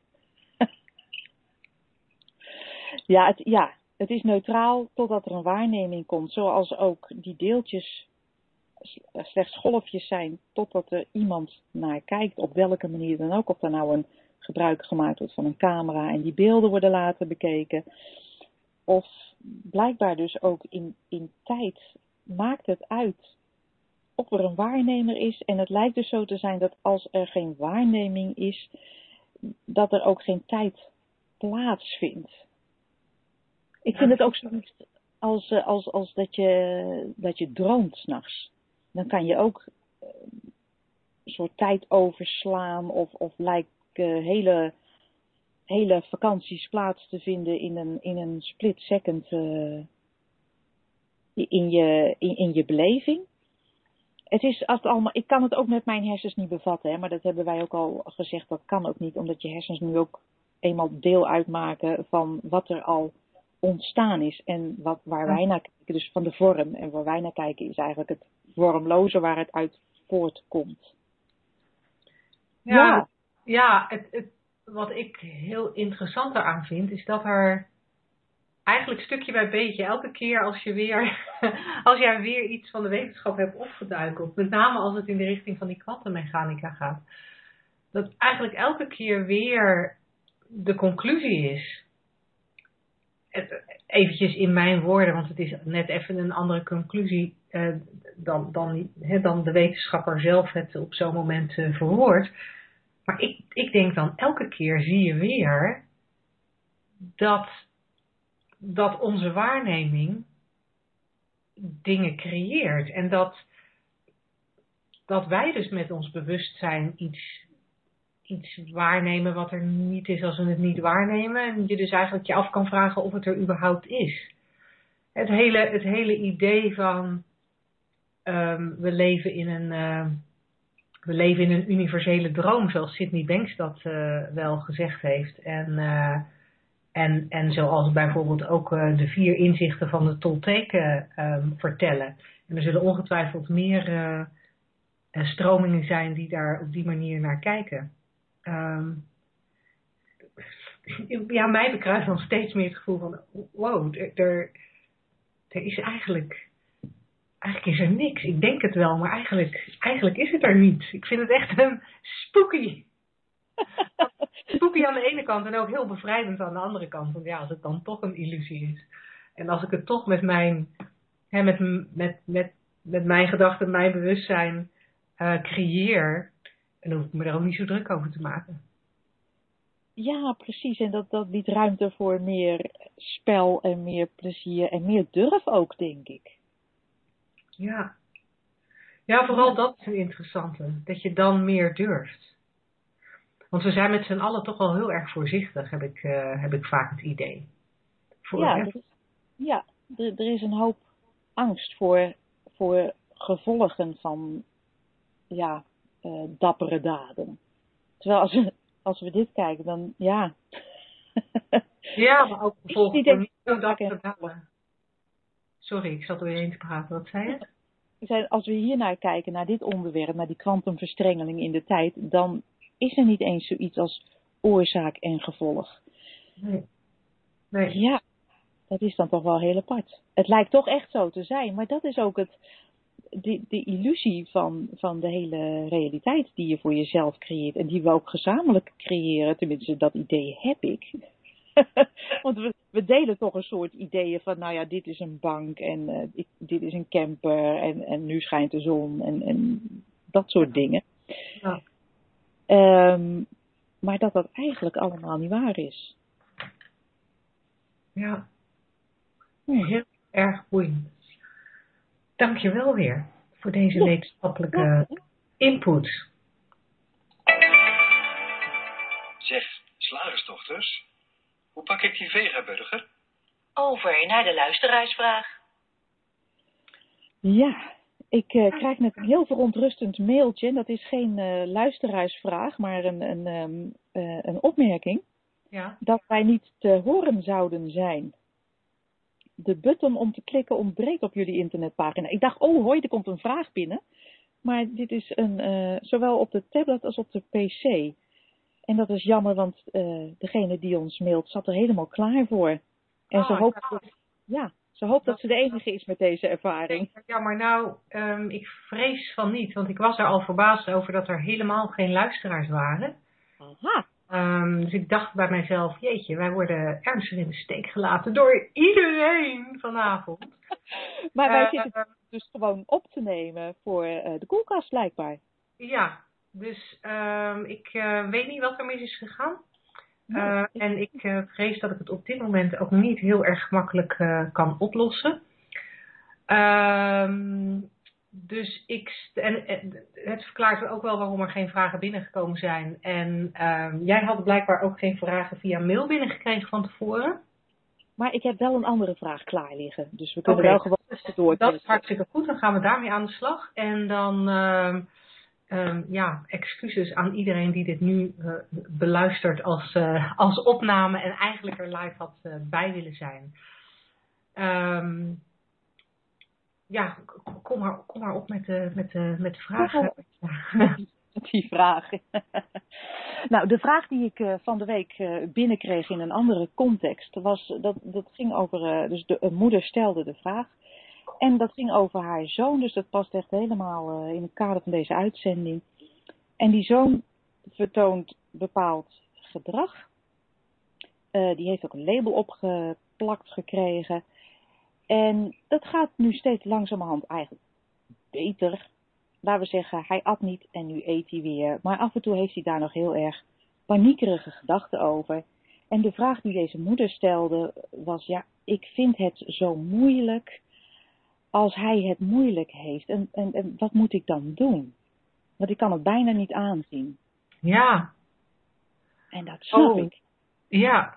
Het is neutraal totdat er een waarneming komt. Zoals ook die deeltjes slechts golfjes zijn totdat er iemand naar kijkt. Op welke manier dan ook. Of er nou een gebruik gemaakt wordt van een camera en die beelden worden later bekeken. Of blijkbaar dus ook in tijd maakt het uit of er een waarnemer is. En het lijkt dus zo te zijn dat als er geen waarneming is, dat er ook geen tijd plaatsvindt. Ik vind het ook zoiets als dat je droomt 's nachts. Dan kan je ook een soort tijd overslaan of lijkt hele vakanties plaats te vinden in een split second in je beleving. Het is allemaal, ik kan het ook met mijn hersens niet bevatten, hè, maar dat hebben wij ook al gezegd, dat kan ook niet, omdat je hersens nu ook eenmaal deel uitmaken van wat er al ontstaan is en waar wij naar kijken, dus van de vorm. En waar wij naar kijken is eigenlijk het vormloze waar het uit voortkomt. Wat ik heel interessant eraan vind, is dat er eigenlijk stukje bij beetje, elke keer als jij weer iets van de wetenschap hebt opgeduikeld, met name als het in de richting van die kwantummechanica gaat, dat eigenlijk elke keer weer de conclusie is, eventjes in mijn woorden, want het is net even een andere conclusie dan de wetenschapper zelf het op zo'n moment verwoordt. Maar ik denk dan elke keer zie je weer dat onze waarneming dingen creëert. En dat wij dus met ons bewustzijn iets waarnemen wat er niet is als we het niet waarnemen. En je dus eigenlijk je af kan vragen of het er überhaupt is. Het hele idee van we leven in een universele droom, zoals Sydney Banks dat wel gezegd heeft. En zoals bijvoorbeeld ook de 4 inzichten van de Tolteken vertellen. En er zullen ongetwijfeld meer stromingen zijn die daar op die manier naar kijken. Mij bekruipt dan steeds meer het gevoel van, wow, er is eigenlijk is er niks. Ik denk het wel, maar eigenlijk is het er niet. Ik vind het echt een spooky. Spooky aan de ene kant en ook heel bevrijdend aan de andere kant. Want ja, als het dan toch een illusie is. En als ik het toch met mijn gedachten, mijn bewustzijn creëer, dan hoef ik me er ook niet zo druk over te maken. Ja, precies. En dat biedt ruimte voor meer spel en meer plezier en meer durf ook, denk ik. Ja, vooral dat is een interessante. Dat je dan meer durft. Want we zijn met z'n allen toch wel heel erg voorzichtig, heb ik vaak het idee. Er is een hoop angst voor gevolgen van dappere daden. Terwijl als we dit kijken, dan ja. Ja, maar ook gevolgen voor niet zo dappere daden. Sorry, ik zat door je heen te praten. Wat zei je? Als we hier naar kijken, naar dit onderwerp, naar die kwantumverstrengeling in de tijd, dan is er niet eens zoiets als oorzaak en gevolg. Nee. Ja, dat is dan toch wel heel apart. Het lijkt toch echt zo te zijn, maar dat is ook de illusie van de hele realiteit die je voor jezelf creëert en die we ook gezamenlijk creëren. Tenminste, dat idee heb ik. Want we delen toch een soort ideeën van, nou ja, dit is een bank en dit is een camper en nu schijnt de zon en dat soort dingen. Ja. Maar dat eigenlijk allemaal niet waar is. Ja. Heel erg boeiend. Dank je wel weer voor deze wetenschappelijke input. Zeg, slagersdochters, hoe pak ik die vegaburger? Over naar de luisteraarsvraag. Ja, ik krijg net een heel verontrustend mailtje. En dat is geen luisteraarsvraag, maar een opmerking. Ja. Dat wij niet te horen zouden zijn. De button om te klikken ontbreekt op jullie internetpagina. Ik dacht, oh hoi, er komt een vraag binnen. Maar dit is zowel op de tablet als op de pc. En dat is jammer, want degene die ons mailt zat er helemaal klaar voor. En ze hoopt dat ze de enige is met deze ervaring. Ja, maar nou, ik vrees van niet. Want ik was er al verbaasd over dat er helemaal geen luisteraars waren. Aha. Dus ik dacht bij mijzelf, jeetje, wij worden ernstig in de steek gelaten door iedereen vanavond. Maar wij zitten dus gewoon op te nemen voor de koelkast blijkbaar. Ja, dus ik weet niet wat er mis is gegaan. En ik vrees dat ik het op dit moment ook niet heel erg gemakkelijk kan oplossen. Dus het verklaart ook wel waarom er geen vragen binnengekomen zijn. En jij had blijkbaar ook geen vragen via mail binnengekregen van tevoren. Maar ik heb wel een andere vraag klaar liggen. Dus we kunnen wel gewoon door. Dat is hartstikke goed. Dan gaan we daarmee aan de slag. En dan, excuses aan iedereen die dit nu beluistert als opname en eigenlijk er live had bij willen zijn. Kom maar op met de vragen. Die vraag. Nou, de vraag die ik van de week binnenkreeg in een andere context was dat ging over, dus een moeder stelde de vraag en dat ging over haar zoon, dus dat past echt helemaal in het kader van deze uitzending. En die zoon vertoont bepaald gedrag. Die heeft ook een label opgeplakt gekregen. En dat gaat nu steeds langzamerhand eigenlijk beter. Laten we zeggen, hij at niet en nu eet hij weer. Maar af en toe heeft hij daar nog heel erg paniekerige gedachten over. En de vraag die deze moeder stelde was, ja, ik vind het zo moeilijk als hij het moeilijk heeft. En wat moet ik dan doen? Want ik kan het bijna niet aanzien. Ja. En dat snap ik. Ja.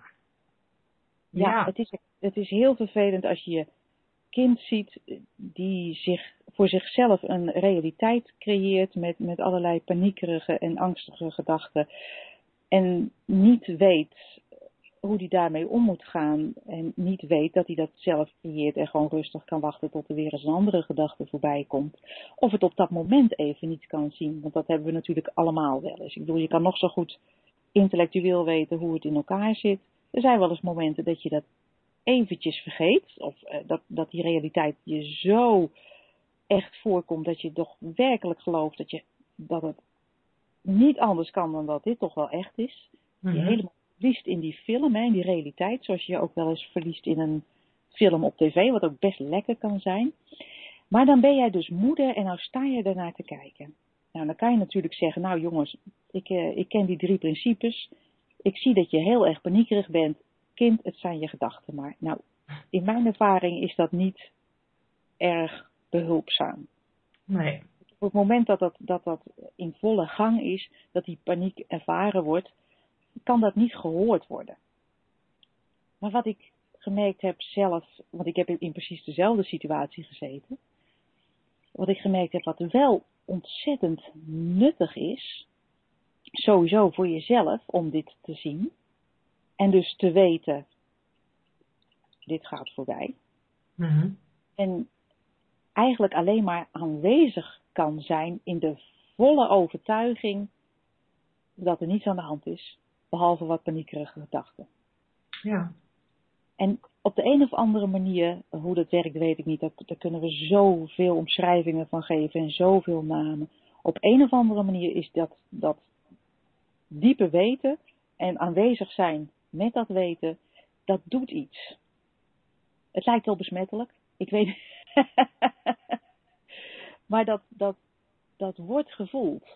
Ja, het is heel vervelend als je je kind ziet die voor zichzelf een realiteit creëert met allerlei paniekerige en angstige gedachten. En niet weet hoe hij daarmee om moet gaan. En niet weet dat hij dat zelf creëert en gewoon rustig kan wachten tot er weer eens een andere gedachte voorbij komt. Of het op dat moment even niet kan zien. Want dat hebben we natuurlijk allemaal wel eens. Ik bedoel, je kan nog zo goed intellectueel weten hoe het in elkaar zit. Er zijn wel eens momenten dat je dat eventjes vergeet. Of dat die realiteit je zo echt voorkomt dat je toch werkelijk gelooft dat het niet anders kan dan dat dit toch wel echt is. Je helemaal verliest in die film, in die realiteit. Zoals je je ook wel eens verliest in een film op tv. Wat ook best lekker kan zijn. Maar dan ben jij dus moeder en nou sta je ernaar te kijken. Nou, dan kan je natuurlijk zeggen, nou jongens, ik ken die 3 principes. Ik zie dat je heel erg paniekerig bent. Kind, het zijn je gedachten maar. Nou, in mijn ervaring is dat niet erg behulpzaam. Nee. Op het moment dat in volle gang is, dat die paniek ervaren wordt, kan dat niet gehoord worden. Maar wat ik gemerkt heb zelf, want ik heb in precies dezelfde situatie gezeten. Wat ik gemerkt heb, wat wel ontzettend nuttig is, sowieso voor jezelf om dit te zien. En dus te weten, dit gaat voorbij. En eigenlijk alleen maar aanwezig kan zijn in de volle overtuiging dat er niets aan de hand is, behalve wat paniekerige gedachten. Ja. En op de een of andere manier, hoe dat werkt weet ik niet, daar kunnen we zoveel omschrijvingen van geven en zoveel namen. Op een of andere manier is dat diepe weten en aanwezig zijn met dat weten, dat doet iets. Het lijkt wel besmettelijk, ik weet maar dat wordt gevoeld.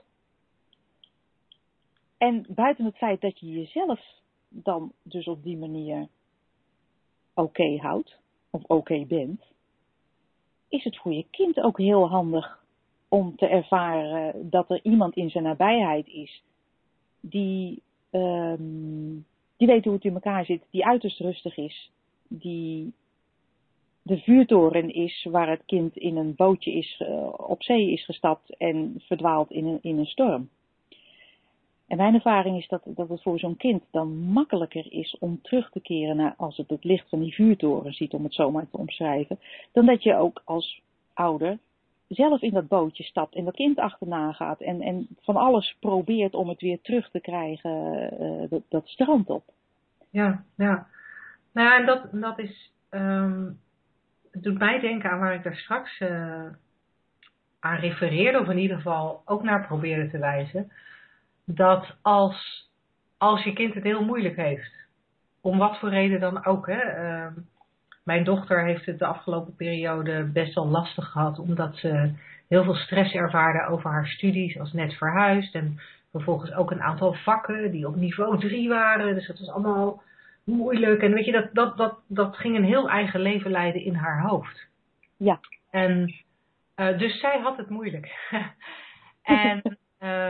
En buiten het feit dat je jezelf dan dus op die manier oké houdt, of oké bent, is het voor je kind ook heel handig om te ervaren dat er iemand in zijn nabijheid is die weet hoe het in elkaar zit, die uiterst rustig is die de vuurtoren is waar het kind in een bootje op zee is gestapt en verdwaalt in een storm. En mijn ervaring is dat het voor zo'n kind dan makkelijker is om terug te keren naar, als het licht van die vuurtoren ziet, om het zo maar te omschrijven, dan dat je ook als ouder zelf in dat bootje stapt en dat kind achterna gaat en van alles probeert om het weer terug te krijgen dat strand op. Ja. Nou ja, en dat is, het doet mij denken aan waar ik daar straks aan refereerde, of in ieder geval ook naar probeerde te wijzen. Dat als je kind het heel moeilijk heeft, om wat voor reden dan ook. Mijn dochter heeft het de afgelopen periode best wel lastig gehad, omdat ze heel veel stress ervaarde over haar studies, als net verhuisd. En vervolgens ook een aantal vakken die op niveau 3 waren. Dus dat was allemaal moeilijk. En weet je, dat ging een heel eigen leven leiden in haar hoofd. Ja. En dus zij had het moeilijk. En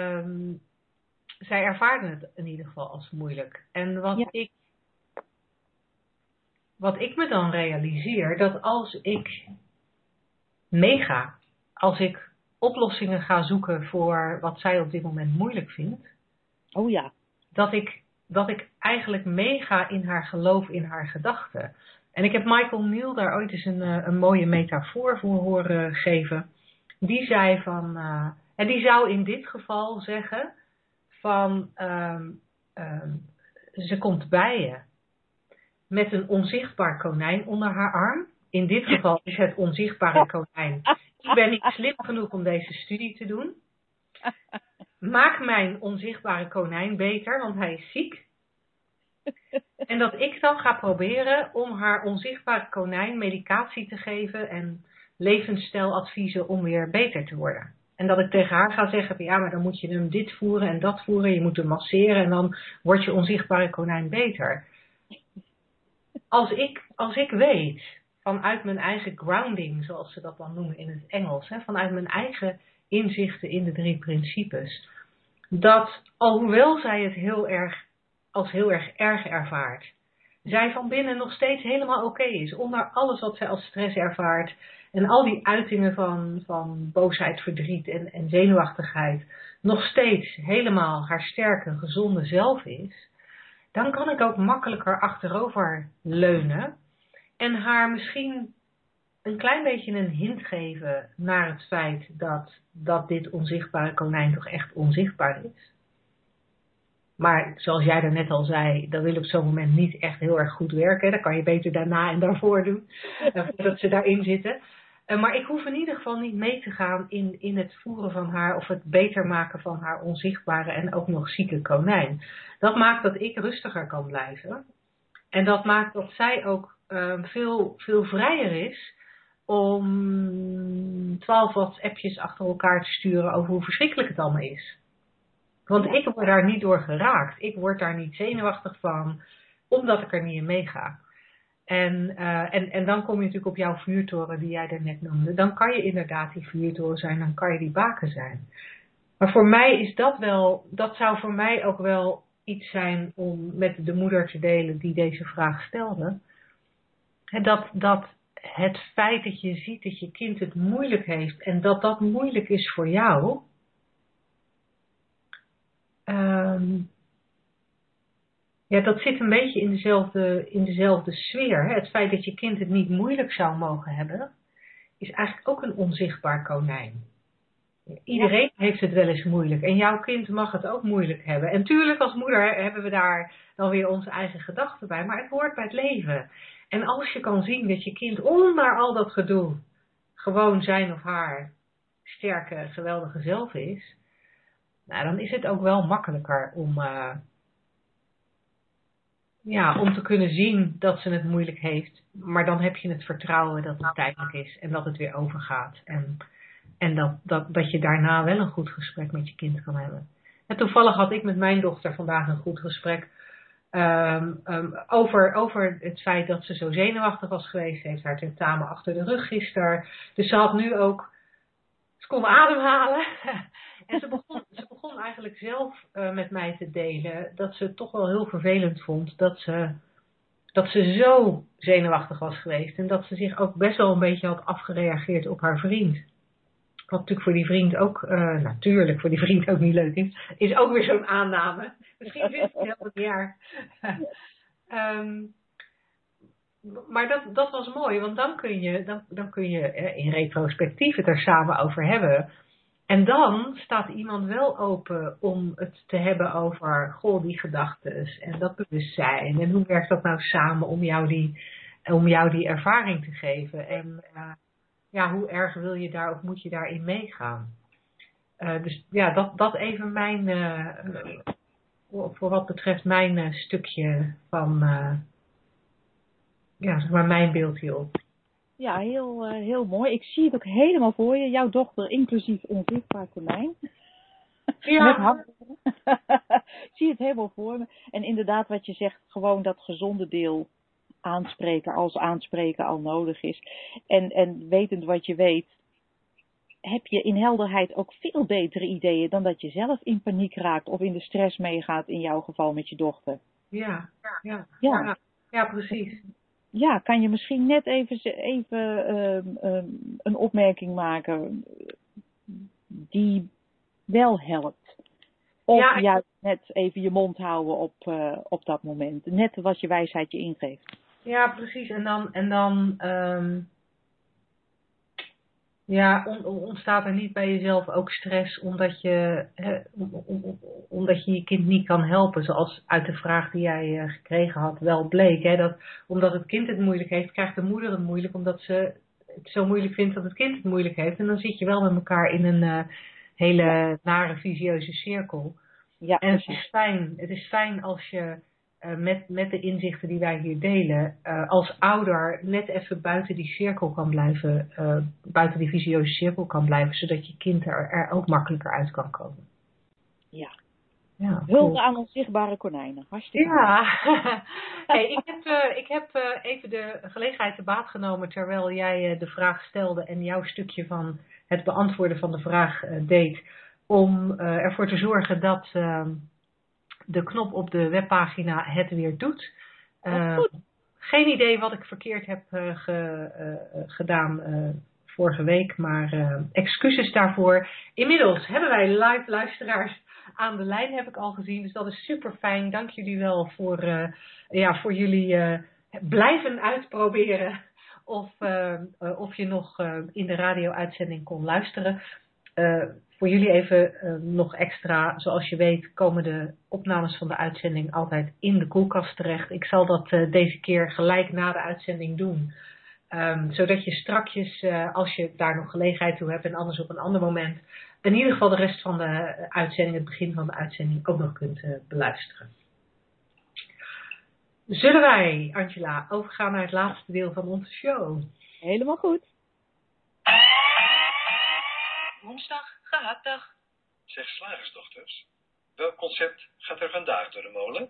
zij ervaarde het in ieder geval als moeilijk. En wat ik me dan realiseer, dat als ik meega, als ik oplossingen ga zoeken voor wat zij op dit moment moeilijk vindt, oh ja, dat ik eigenlijk meega in haar geloof, in haar gedachten. En ik heb Michael Neill daar ooit eens een mooie metafoor voor horen geven. Die zei van, en die zou in dit geval zeggen van, ze komt bij je met een onzichtbaar konijn onder haar arm. In dit geval is het onzichtbare konijn: ik ben niet slim genoeg om deze studie te doen. Maak mijn onzichtbare konijn beter, want hij is ziek. En dat ik dan ga proberen om haar onzichtbare konijn medicatie te geven en levensstijladviezen om weer beter te worden. En dat ik tegen haar ga zeggen van, ja, maar dan moet je hem dit voeren en dat voeren. Je moet hem masseren en dan wordt je onzichtbare konijn beter. Als ik weet, vanuit mijn eigen grounding, zoals ze dat dan noemen in het Engels, vanuit mijn eigen inzichten in de 3 principes, dat alhoewel zij het heel erg erg ervaart, zij van binnen nog steeds helemaal oké is, onder alles wat zij als stress ervaart en al die uitingen van boosheid, verdriet en zenuwachtigheid, nog steeds helemaal haar sterke, gezonde zelf is, dan kan ik ook makkelijker achterover leunen en haar misschien een klein beetje een hint geven naar het feit dat dit onzichtbare konijn toch echt onzichtbaar is. Maar zoals jij daarnet al zei, dat wil op zo'n moment niet echt heel erg goed werken. Dat kan je beter daarna en daarvoor doen, voordat ze daarin zitten. Maar ik hoef in ieder geval niet mee te gaan in het voeren van haar of het beter maken van haar onzichtbare en ook nog zieke konijn. Dat maakt dat ik rustiger kan blijven. En dat maakt dat zij ook veel vrijer is om 12 WhatsAppjes achter elkaar te sturen over hoe verschrikkelijk het allemaal is. Want ik word daar niet door geraakt. Ik word daar niet zenuwachtig van, omdat ik er niet in meega. En dan kom je natuurlijk op jouw vuurtoren die jij net noemde. Dan kan je inderdaad die vuurtoren zijn, dan kan je die baken zijn. Maar voor mij is dat zou voor mij ook wel iets zijn om met de moeder te delen die deze vraag stelde. Dat het feit dat je ziet dat je kind het moeilijk heeft en dat moeilijk is voor jou, dat zit een beetje in dezelfde sfeer. Hè? Het feit dat je kind het niet moeilijk zou mogen hebben, is eigenlijk ook een onzichtbaar konijn. Iedereen heeft het wel eens moeilijk en jouw kind mag het ook moeilijk hebben. En tuurlijk als moeder hebben we daar dan weer onze eigen gedachten bij, maar het hoort bij het leven. En als je kan zien dat je kind onder al dat gedoe gewoon zijn of haar sterke, geweldige zelf is, nou, dan is het ook wel makkelijker om te kunnen zien dat ze het moeilijk heeft. Maar dan heb je het vertrouwen dat het tijdelijk is en dat het weer overgaat. En dat je daarna wel een goed gesprek met je kind kan hebben. En toevallig had ik met mijn dochter vandaag een goed gesprek over het feit dat ze zo zenuwachtig was geweest. Ze heeft haar tentamen achter de rug gisteren. Dus ze had nu ook, ze kon ademhalen. En ze begon eigenlijk zelf met mij te delen dat ze het toch wel heel vervelend vond dat ze dat ze zo zenuwachtig was geweest. En dat ze zich ook best wel een beetje had afgereageerd op haar vriend. Wat natuurlijk voor die vriend ook, natuurlijk voor die vriend ook niet leuk is ook weer zo'n aanname. Misschien vindt hij het heel jaar. Maar dat was mooi, want dan kun je in retrospectief het er samen over hebben. En dan staat iemand wel open om het te hebben over, die gedachtes en dat bewustzijn. En hoe werkt dat nou samen om jou die ervaring te geven? En hoe erg wil je daar of moet je daarin meegaan? Dus ja, dat even voor wat betreft mijn stukje van, zeg maar mijn beeld hierop. Ja, heel mooi. Ik zie het ook helemaal voor je. Jouw dochter, inclusief onzichtbaar konijn. Ja. Met handen. Ik zie het helemaal voor me. En inderdaad, wat je zegt, gewoon dat gezonde deel aanspreken als aanspreken al nodig is. En wetend wat je weet, heb je in helderheid ook veel betere ideeën dan dat je zelf in paniek raakt of in de stress meegaat, in jouw geval met je dochter. Ja, precies. Ja, kan je misschien net even een opmerking maken die wel helpt. Of juist net even je mond houden op dat moment. Net wat je wijsheid je ingeeft. Ja, precies. En dan ontstaat er niet bij jezelf ook stress omdat je je kind niet kan helpen. Zoals uit de vraag die jij gekregen had wel bleek. Hè, dat omdat het kind het moeilijk heeft, krijgt de moeder het moeilijk. Omdat ze het zo moeilijk vindt dat het kind het moeilijk heeft. En dan zit je wel met elkaar in een hele nare, visieuze cirkel. Ja, en het is fijn als je met de inzichten die wij hier delen, als ouder net even buiten die cirkel kan blijven, buiten die visieuze cirkel kan blijven, zodat je kind er ook makkelijker uit kan komen. Ja. Hulde aan onzichtbare konijnen. Hartstikke goed. Hey, ik heb even de gelegenheid te baat genomen terwijl jij de vraag stelde en jouw stukje van het beantwoorden van de vraag deed, om ervoor te zorgen dat de knop op de webpagina het weer doet. Geen idee wat ik verkeerd heb gedaan vorige week, maar excuses daarvoor. Inmiddels hebben wij live luisteraars aan de lijn, heb ik al gezien, dus dat is super fijn. Dank jullie wel voor jullie blijven uitproberen of je nog in de radio-uitzending kon luisteren. Voor jullie even nog extra, zoals je weet komen de opnames van de uitzending altijd in de koelkast terecht. Ik zal dat deze keer gelijk na de uitzending doen. Zodat je strakjes, als je daar nog gelegenheid toe hebt en anders op een ander moment, in ieder geval de rest van de uitzending, het begin van de uitzending, ook nog kunt beluisteren. Zullen wij, Angela, overgaan naar het laatste deel van onze show? Helemaal goed. Woensdag, gehaktdag. Zeg, slagersdochters, welk concept gaat er vandaag door de molen?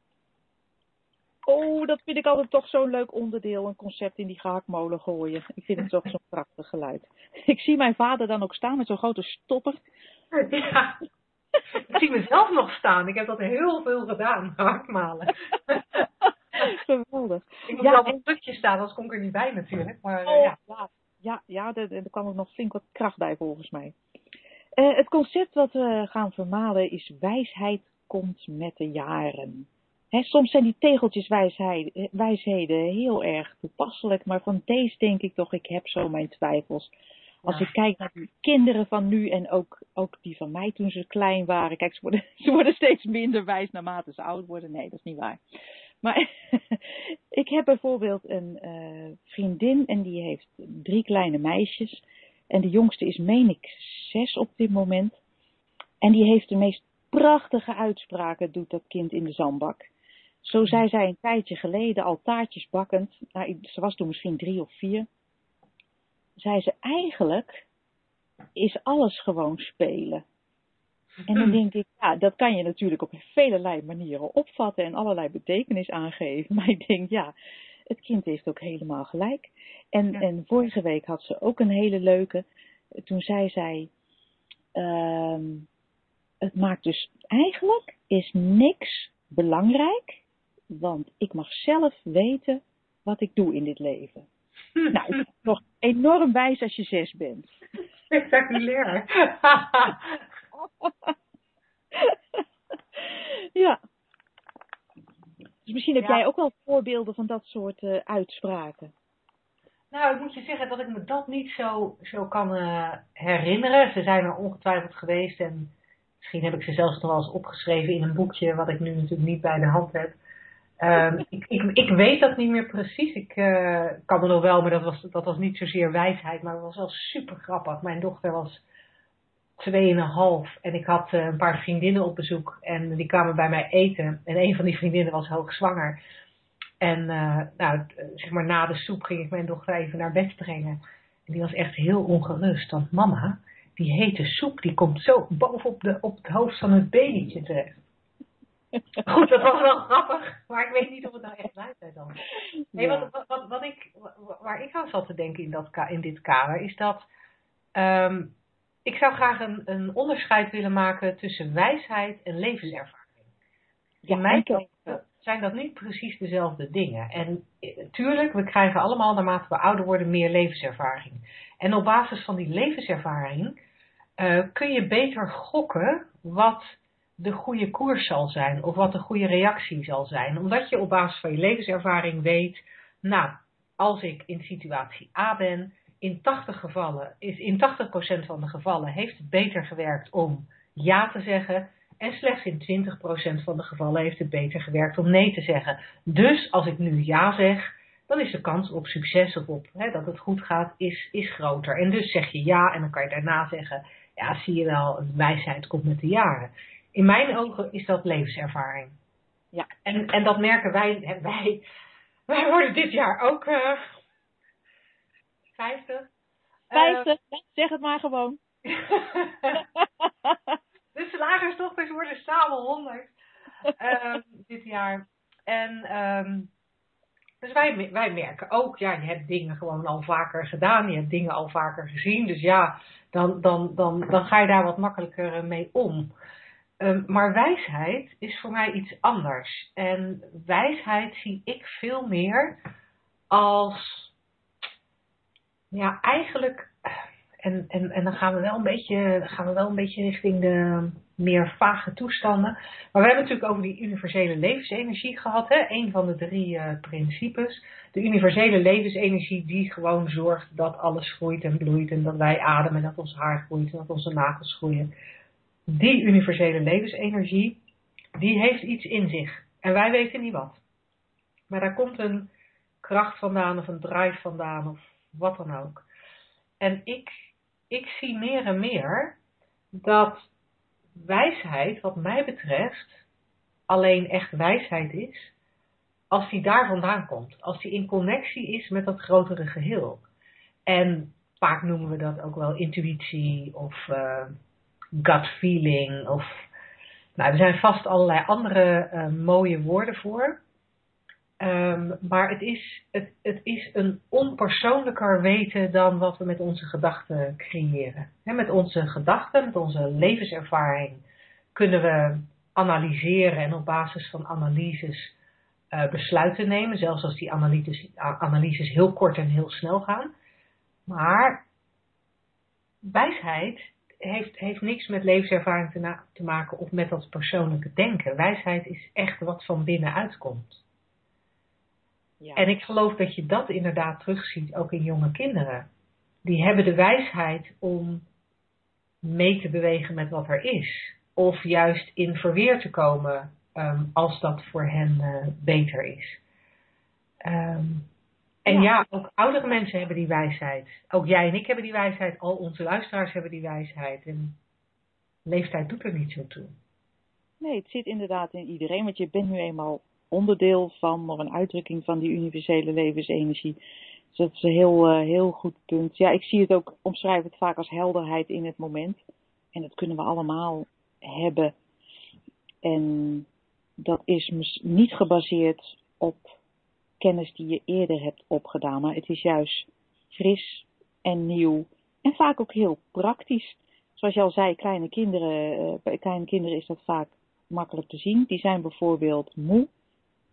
Oh, dat vind ik altijd toch zo'n leuk onderdeel, een concept in die gehaktmolen gooien. Ik vind het toch zo'n prachtig geluid. Ik zie mijn vader dan ook staan met zo'n grote stopper. Ja, ik zie mezelf nog staan. Ik heb dat heel veel gedaan, gehaktmalen. Geweldig. Ik moet wel op een stukje staan, anders kom ik er niet bij natuurlijk. Maar er kwam ook nog flink wat kracht bij volgens mij. Het concept wat we gaan vermalen is wijsheid komt met de jaren. Soms zijn die tegeltjes wijsheden heel erg toepasselijk, maar van deze denk ik toch, ik heb zo mijn twijfels. Als ik kijk naar die kinderen van nu en ook die van mij toen ze klein waren. Kijk, ze worden steeds minder wijs naarmate ze oud worden. Nee, dat is niet waar. Maar ik heb bijvoorbeeld een vriendin en die heeft 3 kleine meisjes. En de jongste is, meen ik, 6 op dit moment. En die heeft de meest prachtige uitspraken, doet dat kind in de zandbak. Zo zei zij een tijdje geleden, al taartjes bakkend. Nou, ze was toen misschien 3 of 4. Zei ze, eigenlijk is alles gewoon spelen. En dan denk ik, ja, dat kan je natuurlijk op velelei manieren opvatten en allerlei betekenis aangeven. Maar ik denk, ja, het kind heeft ook helemaal gelijk. En vorige week had ze ook een hele leuke. Toen zei zij, het maakt dus eigenlijk is niks belangrijk. want ik mag zelf weten wat ik doe in dit leven. Nou, ik ben nog enorm wijs als je 6 bent. Spectaculair. Ja. Dus misschien heb jij ook wel voorbeelden van dat soort uitspraken. Nou, ik moet je zeggen dat ik me dat niet zo kan herinneren. Ze zijn er ongetwijfeld geweest en misschien heb ik ze zelfs nog wel eens opgeschreven in een boekje, wat ik nu natuurlijk niet bij de hand heb. Ik weet dat niet meer precies. Ik kan me nog wel, maar dat was niet zozeer wijsheid, maar het was wel super grappig. Mijn dochter was 2,5 en ik had een paar vriendinnen op bezoek en die kwamen bij mij eten. En een van die vriendinnen was hoogzwanger. En zeg maar na de soep ging ik mijn dochter even naar bed brengen. En die was echt heel ongerust, want mama, die hete soep die komt zo bovenop op het hoofd van het babytje terecht. Goed, dat was wel grappig, maar ik weet niet of het nou echt wijsheid dan. Nee, Ja. waar ik aan zat te denken in dit kader is dat ik zou graag een onderscheid willen maken tussen wijsheid en levenservaring. In mijn ogen zijn dat niet precies dezelfde dingen. En tuurlijk, we krijgen allemaal naarmate we ouder worden meer levenservaring. En op basis van die levenservaring kun je beter gokken wat de goede koers zal zijn of wat de goede reactie zal zijn. Omdat je op basis van je levenservaring weet, nou, als ik in situatie A ben, in 80% van de gevallen heeft het beter gewerkt om ja te zeggen. En slechts in 20% van de gevallen heeft het beter gewerkt om nee te zeggen. Dus als ik nu ja zeg, dan is de kans op succes of op dat het goed gaat, is groter. En dus zeg je ja en dan kan je daarna zeggen, ja zie je wel, wijsheid komt met de jaren. In mijn ogen is dat levenservaring. Ja. En dat merken wij. Wij worden dit jaar ook 50. 50, zeg het maar gewoon. De slagersdochters worden samen 100 dit jaar. En dus wij merken ook, ja, je hebt dingen gewoon al vaker gedaan, je hebt dingen al vaker gezien. Dus ja, dan ga je daar wat makkelijker mee om. Maar wijsheid is voor mij iets anders. En wijsheid zie ik veel meer als, ja, eigenlijk, en dan gaan we wel een beetje richting de meer vage toestanden. Maar we hebben het natuurlijk over die universele levensenergie gehad, hè? Een van de 3 principes. De universele levensenergie die gewoon zorgt dat alles groeit en bloeit en dat wij ademen, dat ons haar groeit en dat onze nagels groeien. Die universele levensenergie, die heeft iets in zich. En wij weten niet wat. Maar daar komt een kracht vandaan of een drive vandaan of wat dan ook. En ik zie meer en meer dat wijsheid, wat mij betreft, alleen echt wijsheid is als die daar vandaan komt. Als die in connectie is met dat grotere geheel. En vaak noemen we dat ook wel intuïtie of gut feeling. Nou, er zijn vast allerlei andere mooie woorden voor. Maar het is een onpersoonlijker weten dan wat we met onze gedachten creëren. Met onze gedachten, met onze levenservaring kunnen we analyseren en op basis van analyses besluiten nemen. Zelfs als die analyses heel kort en heel snel gaan. Maar wijsheid heeft niks met levenservaring te maken of met dat persoonlijke denken. Wijsheid is echt wat van binnen uitkomt. Ja. En ik geloof dat je dat inderdaad terugziet ook in jonge kinderen. Die hebben de wijsheid om mee te bewegen met wat er is. Of juist in verweer te komen als dat voor hen beter is. En ja, ook oudere mensen hebben die wijsheid. Ook jij en ik hebben die wijsheid. Al onze luisteraars hebben die wijsheid. En leeftijd doet er niet zo toe. Nee, het zit inderdaad in iedereen. Want je bent nu eenmaal onderdeel van, of een uitdrukking van die universele levensenergie. Dus dat is een heel goed punt. Ja, ik zie het ook, omschrijf het vaak als helderheid in het moment. En dat kunnen we allemaal hebben. En dat is niet gebaseerd op kennis die je eerder hebt opgedaan. Maar het is juist fris en nieuw. En vaak ook heel praktisch. Zoals je al zei, bij kleine kinderen is dat vaak makkelijk te zien. Die zijn bijvoorbeeld moe.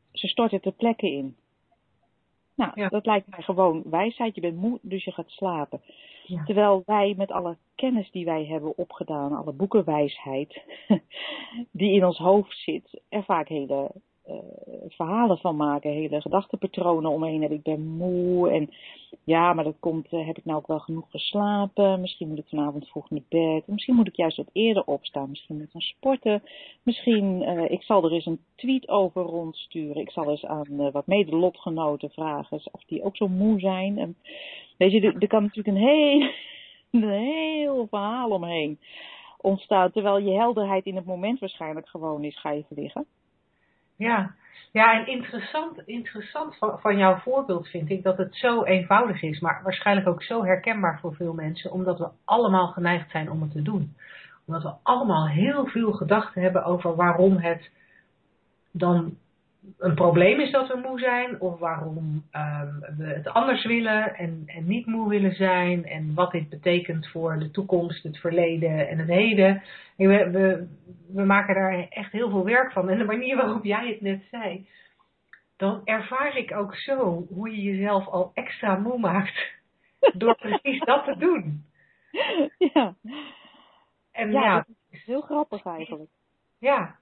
ze storten ter plekke in. Nou, Ja. dat lijkt mij gewoon wijsheid. Je bent moe, dus je gaat slapen. Ja. Terwijl wij met alle kennis die wij hebben opgedaan, alle boekenwijsheid die in ons hoofd zit, er vaak hele verhalen van maken, hele gedachtenpatronen omheen. En ik ben moe en ja, maar dat komt, heb ik nou ook wel genoeg geslapen? Misschien moet ik vanavond vroeg naar bed. Misschien moet ik juist wat eerder opstaan. Misschien moet ik gaan sporten. Misschien, ik zal er eens een tweet over rondsturen. Ik zal eens aan wat medelotgenoten vragen of die ook zo moe zijn. En, weet je, er kan natuurlijk een heel verhaal omheen ontstaan. Terwijl je helderheid in het moment waarschijnlijk gewoon is, ga even liggen. Ja, en interessant van jouw voorbeeld vind ik dat het zo eenvoudig is, maar waarschijnlijk ook zo herkenbaar voor veel mensen, omdat we allemaal geneigd zijn om het te doen. Omdat we allemaal heel veel gedachten hebben over waarom het dan een probleem is dat we moe zijn, of waarom we het anders willen en niet moe willen zijn, en wat dit betekent voor de toekomst, het verleden en het heden. En we maken daar echt heel veel werk van. En de manier waarop jij het net zei, dan ervaar ik ook zo hoe je jezelf al extra moe maakt door precies dat te doen. Ja, En dat is heel grappig eigenlijk. Ja.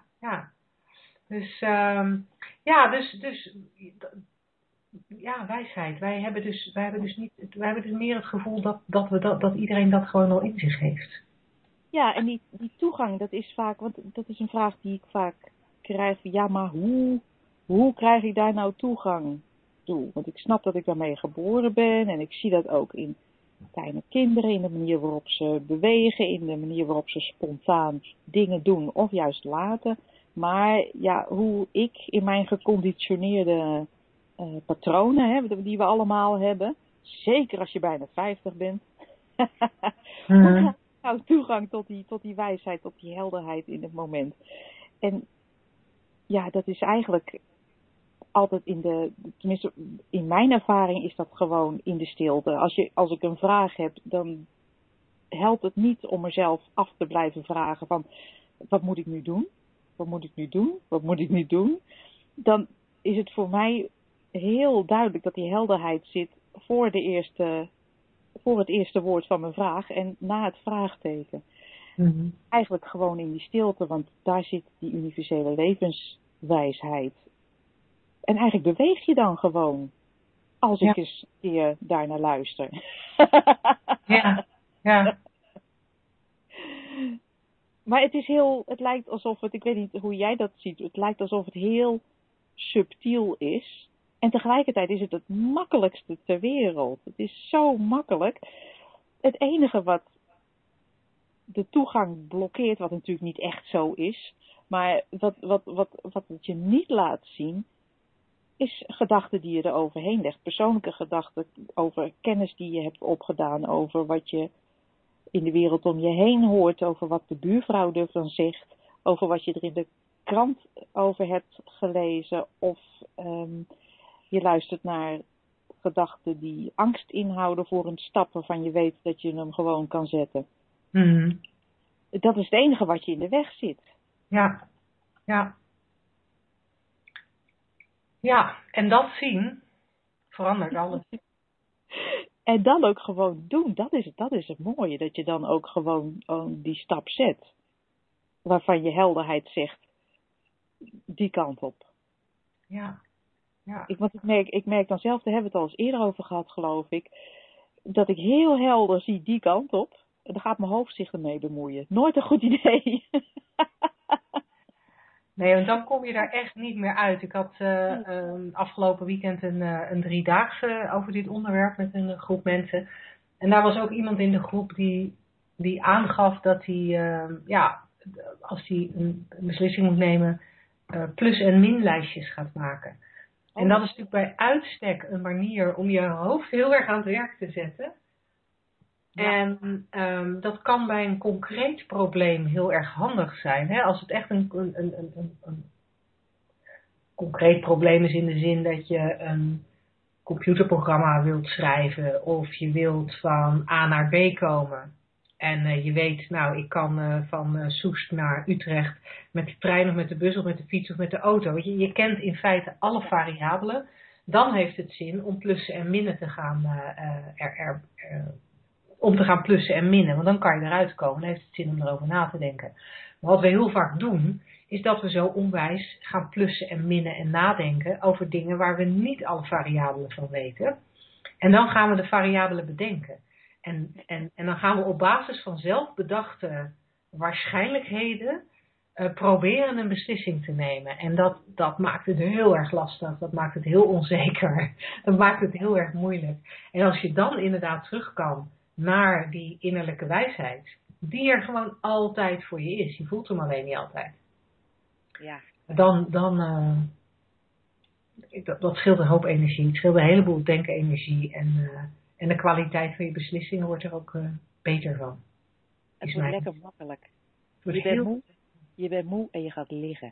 Dus, wijsheid. Wij hebben dus meer het gevoel dat iedereen dat gewoon al in zich heeft. Ja, en die toegang, dat is vaak, want dat is een vraag die ik vaak krijg. Ja, maar hoe krijg ik daar nou toegang toe? Want ik snap dat ik daarmee geboren ben en ik zie dat ook in kleine kinderen, in de manier waarop ze bewegen, in de manier waarop ze spontaan dingen doen of juist laten. Maar ja, hoe ik in mijn geconditioneerde patronen, die we allemaal hebben, zeker als je bijna 50 bent, hoe krijg je nou toegang tot die wijsheid, tot die helderheid in het moment? En ja, dat is eigenlijk altijd tenminste in mijn ervaring is dat gewoon in de stilte. Als ik een vraag heb, dan helpt het niet om mezelf af te blijven vragen van, wat moet ik nu doen? Wat moet ik nu doen? Wat moet ik nu doen? Dan is het voor mij heel duidelijk dat die helderheid zit voor het eerste woord van mijn vraag en na het vraagteken. Mm-hmm. Eigenlijk gewoon in die stilte, want daar zit die universele levenswijsheid. En eigenlijk beweeg je dan gewoon, als ik eens een keer daarnaar luister. Ja. Maar het lijkt alsof het, ik weet niet hoe jij dat ziet, het lijkt alsof het heel subtiel is. En tegelijkertijd is het het makkelijkste ter wereld. Het is zo makkelijk. Het enige wat de toegang blokkeert, wat natuurlijk niet echt zo is, maar wat het je niet laat zien, is gedachten die je er overheen legt. Persoonlijke gedachten over kennis die je hebt opgedaan, over wat je in de wereld om je heen hoort, over wat de buurvrouw ervan zegt, over wat je er in de krant over hebt gelezen, of je luistert naar gedachten die angst inhouden voor een stap waarvan je weet dat je hem gewoon kan zetten. Mm-hmm. Dat is het enige wat je in de weg zit. Ja, en dat zien verandert alles. En dan ook gewoon doen. Dat is het mooie. Dat je dan ook gewoon die stap zet. Waarvan je helderheid zegt, die kant op. Ja. Ik merk dan zelf, daar hebben we het al eens eerder over gehad, geloof ik, dat ik heel helder zie die kant op. En dan gaat mijn hoofd zich ermee bemoeien. Nooit een goed idee. Nee, want dan kom je daar echt niet meer uit. Ik had afgelopen weekend een 3-daagse over dit onderwerp met een groep mensen. En daar was ook iemand in de groep die aangaf dat hij, als hij een beslissing moet nemen, plus- en minlijstjes gaat maken. En dat is natuurlijk bij uitstek een manier om je hoofd heel erg aan het werk te zetten. Ja. En dat kan bij een concreet probleem heel erg handig zijn. Hè? Als het echt een concreet probleem is in de zin dat je een computerprogramma wilt schrijven of je wilt van A naar B komen. En je weet, nou, ik kan van Soest naar Utrecht met de trein of met de bus of met de fiets of met de auto. Weet je kent in feite alle variabelen. Dan heeft het zin om plussen en minnen te gaan, om te gaan plussen en minnen. Want dan kan je eruit komen. Dan heeft het zin om erover na te denken. Maar wat we heel vaak doen, is dat we zo onwijs gaan plussen en minnen en nadenken over dingen waar we niet alle variabelen van weten. En dan gaan we de variabelen bedenken. En dan gaan we op basis van zelfbedachte waarschijnlijkheden proberen een beslissing te nemen. En dat maakt het heel erg lastig. Dat maakt het heel onzeker. Dat maakt het heel erg moeilijk. En als je dan inderdaad terug kan naar die innerlijke wijsheid, die er gewoon altijd voor je is. Je voelt hem alleen niet altijd. Ja. Dat scheelt een hoop energie. Het scheelt een heleboel denkenergie. En de kwaliteit van je beslissingen wordt er ook beter van. Het wordt lekker makkelijk. Je bent moe en je gaat liggen.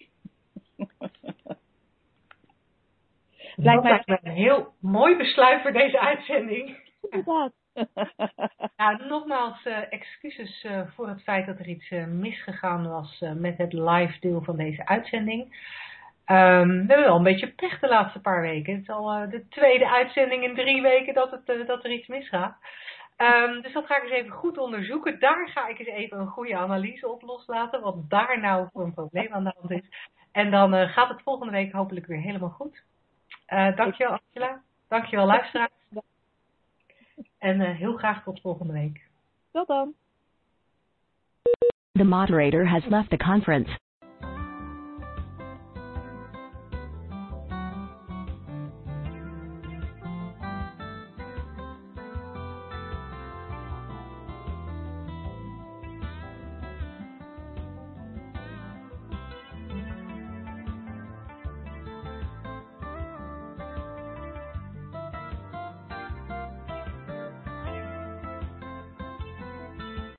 Lijkt mij een heel mooi besluit voor deze uitzending. Inderdaad. Nou, nogmaals excuses voor het feit dat er iets misgegaan was met het live deel van deze uitzending. We hebben wel een beetje pech de laatste paar weken. Het is al de tweede uitzending in 3 weken dat er iets misgaat. Dus dat ga ik eens even goed onderzoeken. Daar ga ik eens even een goede analyse op loslaten. Wat daar nou voor een probleem aan de hand is. En dan gaat het volgende week hopelijk weer helemaal goed. Dankjewel Angela. Dankjewel luisteraars. En heel graag tot volgende week. Tot dan. The moderator has left the conference.